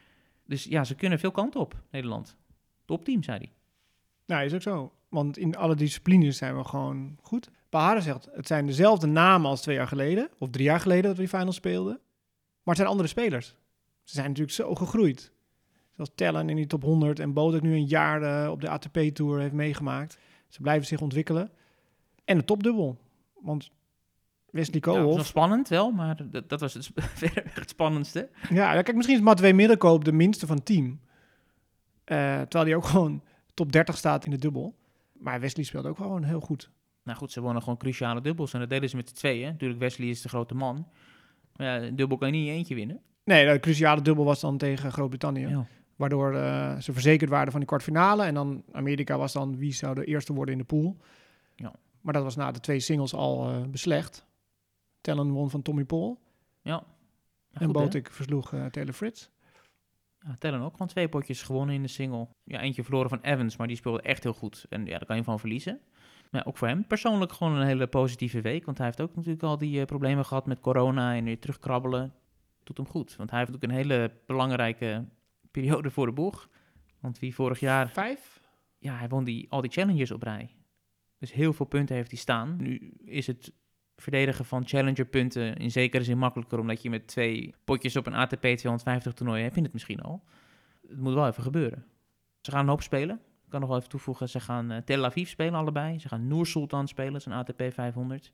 Dus ja, ze kunnen veel kanten op, Nederland. Topteam, zei hij. Nou, is ook zo. Want in alle disciplines zijn we gewoon goed. Bahara zegt, het zijn dezelfde namen als 2 jaar geleden. Of 3 jaar geleden dat we die finals speelden. Maar het zijn andere spelers. Ze zijn natuurlijk zo gegroeid. Zoals Tellen in die top 100 en Botic nu een jaar op de ATP-tour heeft meegemaakt. Ze blijven zich ontwikkelen. En de topdubbel. Want Wesley Ja, dat was Koolhof. nog spannend wel, maar dat was het spannendste. Ja, kijk, misschien is Matwee Middelkoop de minste van het team. Terwijl hij ook gewoon top 30 staat in de dubbel. Maar Wesley speelt ook gewoon heel goed. Nou goed, ze wonnen gewoon cruciale dubbels en dat deden ze met de tweeën. Natuurlijk, Wesley is de grote man. Maar ja, een dubbel kan je niet in je eentje winnen. Nee, de cruciale dubbel was dan tegen Groot-Brittannië. Ja. Waardoor ze verzekerd waren van die kwartfinale. En dan Amerika was dan wie zou de eerste worden in de pool. Ja. Maar dat was na de 2 singles al beslecht. Tellen won van Tommy Paul. Ja. En Botic versloeg Taylor Fritz. Ja, Tellen ook gewoon 2 potjes gewonnen in de single. Ja, eentje verloren van Evans, maar die speelde echt heel goed. En ja, daar kan je van verliezen. Maar ook voor hem persoonlijk gewoon een hele positieve week. Want hij heeft ook natuurlijk al die problemen gehad met corona en weer terugkrabbelen. Doet hem goed. Want hij heeft ook een hele belangrijke periode voor de boeg. Want wie vorig jaar... 5? Ja, hij won al die challenges op rij. Dus heel veel punten heeft hij staan. Nu is het verdedigen van challenger-punten in zekere zin makkelijker, omdat je met 2 potjes op een ATP 250 toernooi heb je het misschien al. Het moet wel even gebeuren. Ze gaan een hoop spelen. Ik kan nog wel even toevoegen, ze gaan Tel Aviv spelen allebei. Ze gaan Noor Sultan spelen, dat is een ATP 500.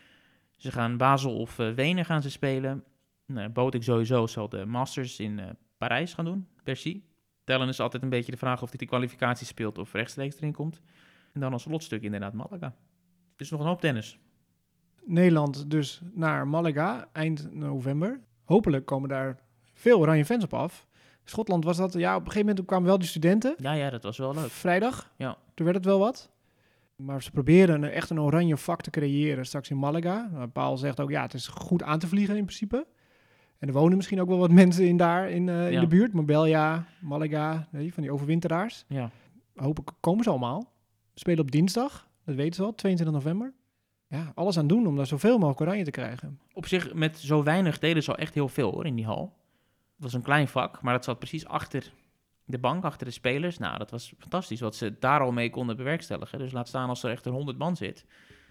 Ze gaan Basel of Wenen gaan ze spelen. Botic sowieso zal de Masters in Parijs gaan doen, Bercy. Tellen is altijd een beetje de vraag of hij de kwalificatie speelt of rechtstreeks erin komt. En dan als slotstuk inderdaad Malaga. Dus nog een hoop tennis. Nederland dus naar Malaga eind november. Hopelijk komen daar veel oranje fans op af. Schotland was dat, ja, op een gegeven moment kwamen wel die studenten. Ja, dat was wel leuk. Vrijdag, ja. Toen werd het wel wat. Maar ze proberen echt een oranje vak te creëren straks in Malaga. Paul zegt ook, ja, het is goed aan te vliegen in principe. En er wonen misschien ook wel wat mensen in de buurt. Marbella, Malaga, van die overwinteraars. Ja. Hopelijk komen ze allemaal. We spelen op dinsdag, dat weten ze al, 22 november. Ja, alles aan doen om daar zoveel mogelijk oranje te krijgen. Op zich, met zo weinig deden ze al echt heel veel hoor, in die hal. Het was een klein vak, maar dat zat precies achter de bank, achter de spelers. Nou, dat was fantastisch wat ze daar al mee konden bewerkstelligen. Dus laat staan als er echt een 100 man zit.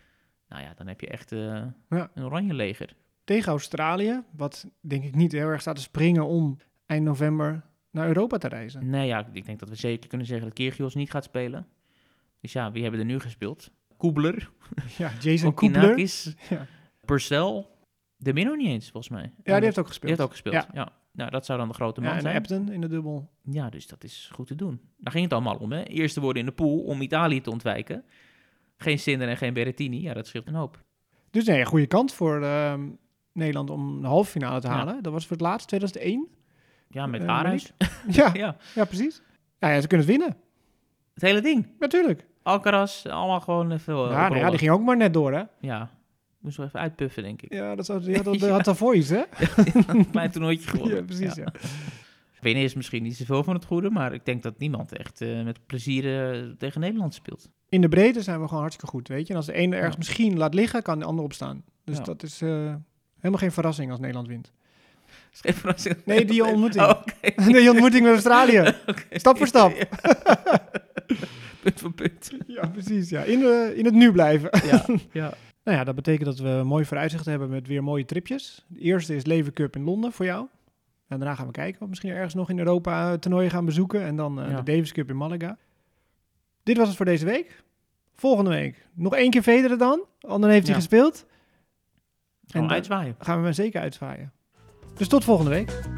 Nou ja, dan heb je echt een oranje leger. Tegen Australië, wat denk ik niet heel erg staat te springen om eind november naar Europa te reizen. Nee, ja, ik denk dat we zeker kunnen zeggen dat Kyrgios niet gaat spelen. Dus ja, wie hebben er nu gespeeld? Kubler. Ja, Jason Kubler. Ja. Purcell. De Minnow niet eens, volgens mij. Ja, die heeft ook gespeeld. Die heeft ook gespeeld, ja. Nou, dat zou dan de grote man zijn. En Ebden in de dubbel. Ja, dus dat is goed te doen. Daar ging het allemaal om, hè. Eerste worden in de pool om Italië te ontwijken. Geen Sinner en geen Berrettini. Ja, dat scheelt een hoop. Dus nee, een goede kans voor Nederland om de halve finale te halen. Ja. Dat was voor het laatst, 2001. Ja, met Aarhuis. ja, precies. Ja, ze kunnen het winnen. Het hele ding? Natuurlijk. Alcaraz, allemaal gewoon veel... Ja, die ging ook maar net door, hè? Ja, moest wel even uitpuffen, denk ik. Ja, die had daarvoor iets, hè? Een klein toernooitje gewonnen. Ja, precies, ja. Winnen is misschien niet zoveel van het goede, maar ik denk dat niemand echt met plezier tegen Nederland speelt. In de breedte zijn we gewoon hartstikke goed, weet je. En als de ene ergens misschien laat liggen, kan de ander opstaan. Dus dat is helemaal geen verrassing als Nederland wint. Is geen verrassing? Nee, die ontmoeting. Oh, okay. Die ontmoeting met Australië. Okay. Stap voor stap. Ja. Punt voor punt. Ja, precies. Ja. In het nu blijven. Ja. Nou ja, dat betekent dat we een mooi vooruitzicht hebben met weer mooie tripjes. De eerste is Lever Cup in Londen voor jou. En daarna gaan we kijken of misschien ergens nog in Europa toernooien gaan bezoeken. En dan de Davis Cup in Malaga. Dit was het voor deze week. Volgende week nog 1 keer Federer dan. Dan heeft hij gespeeld. Gaan we uitzwaaien. Gaan we zeker uitzwaaien. Dus tot volgende week.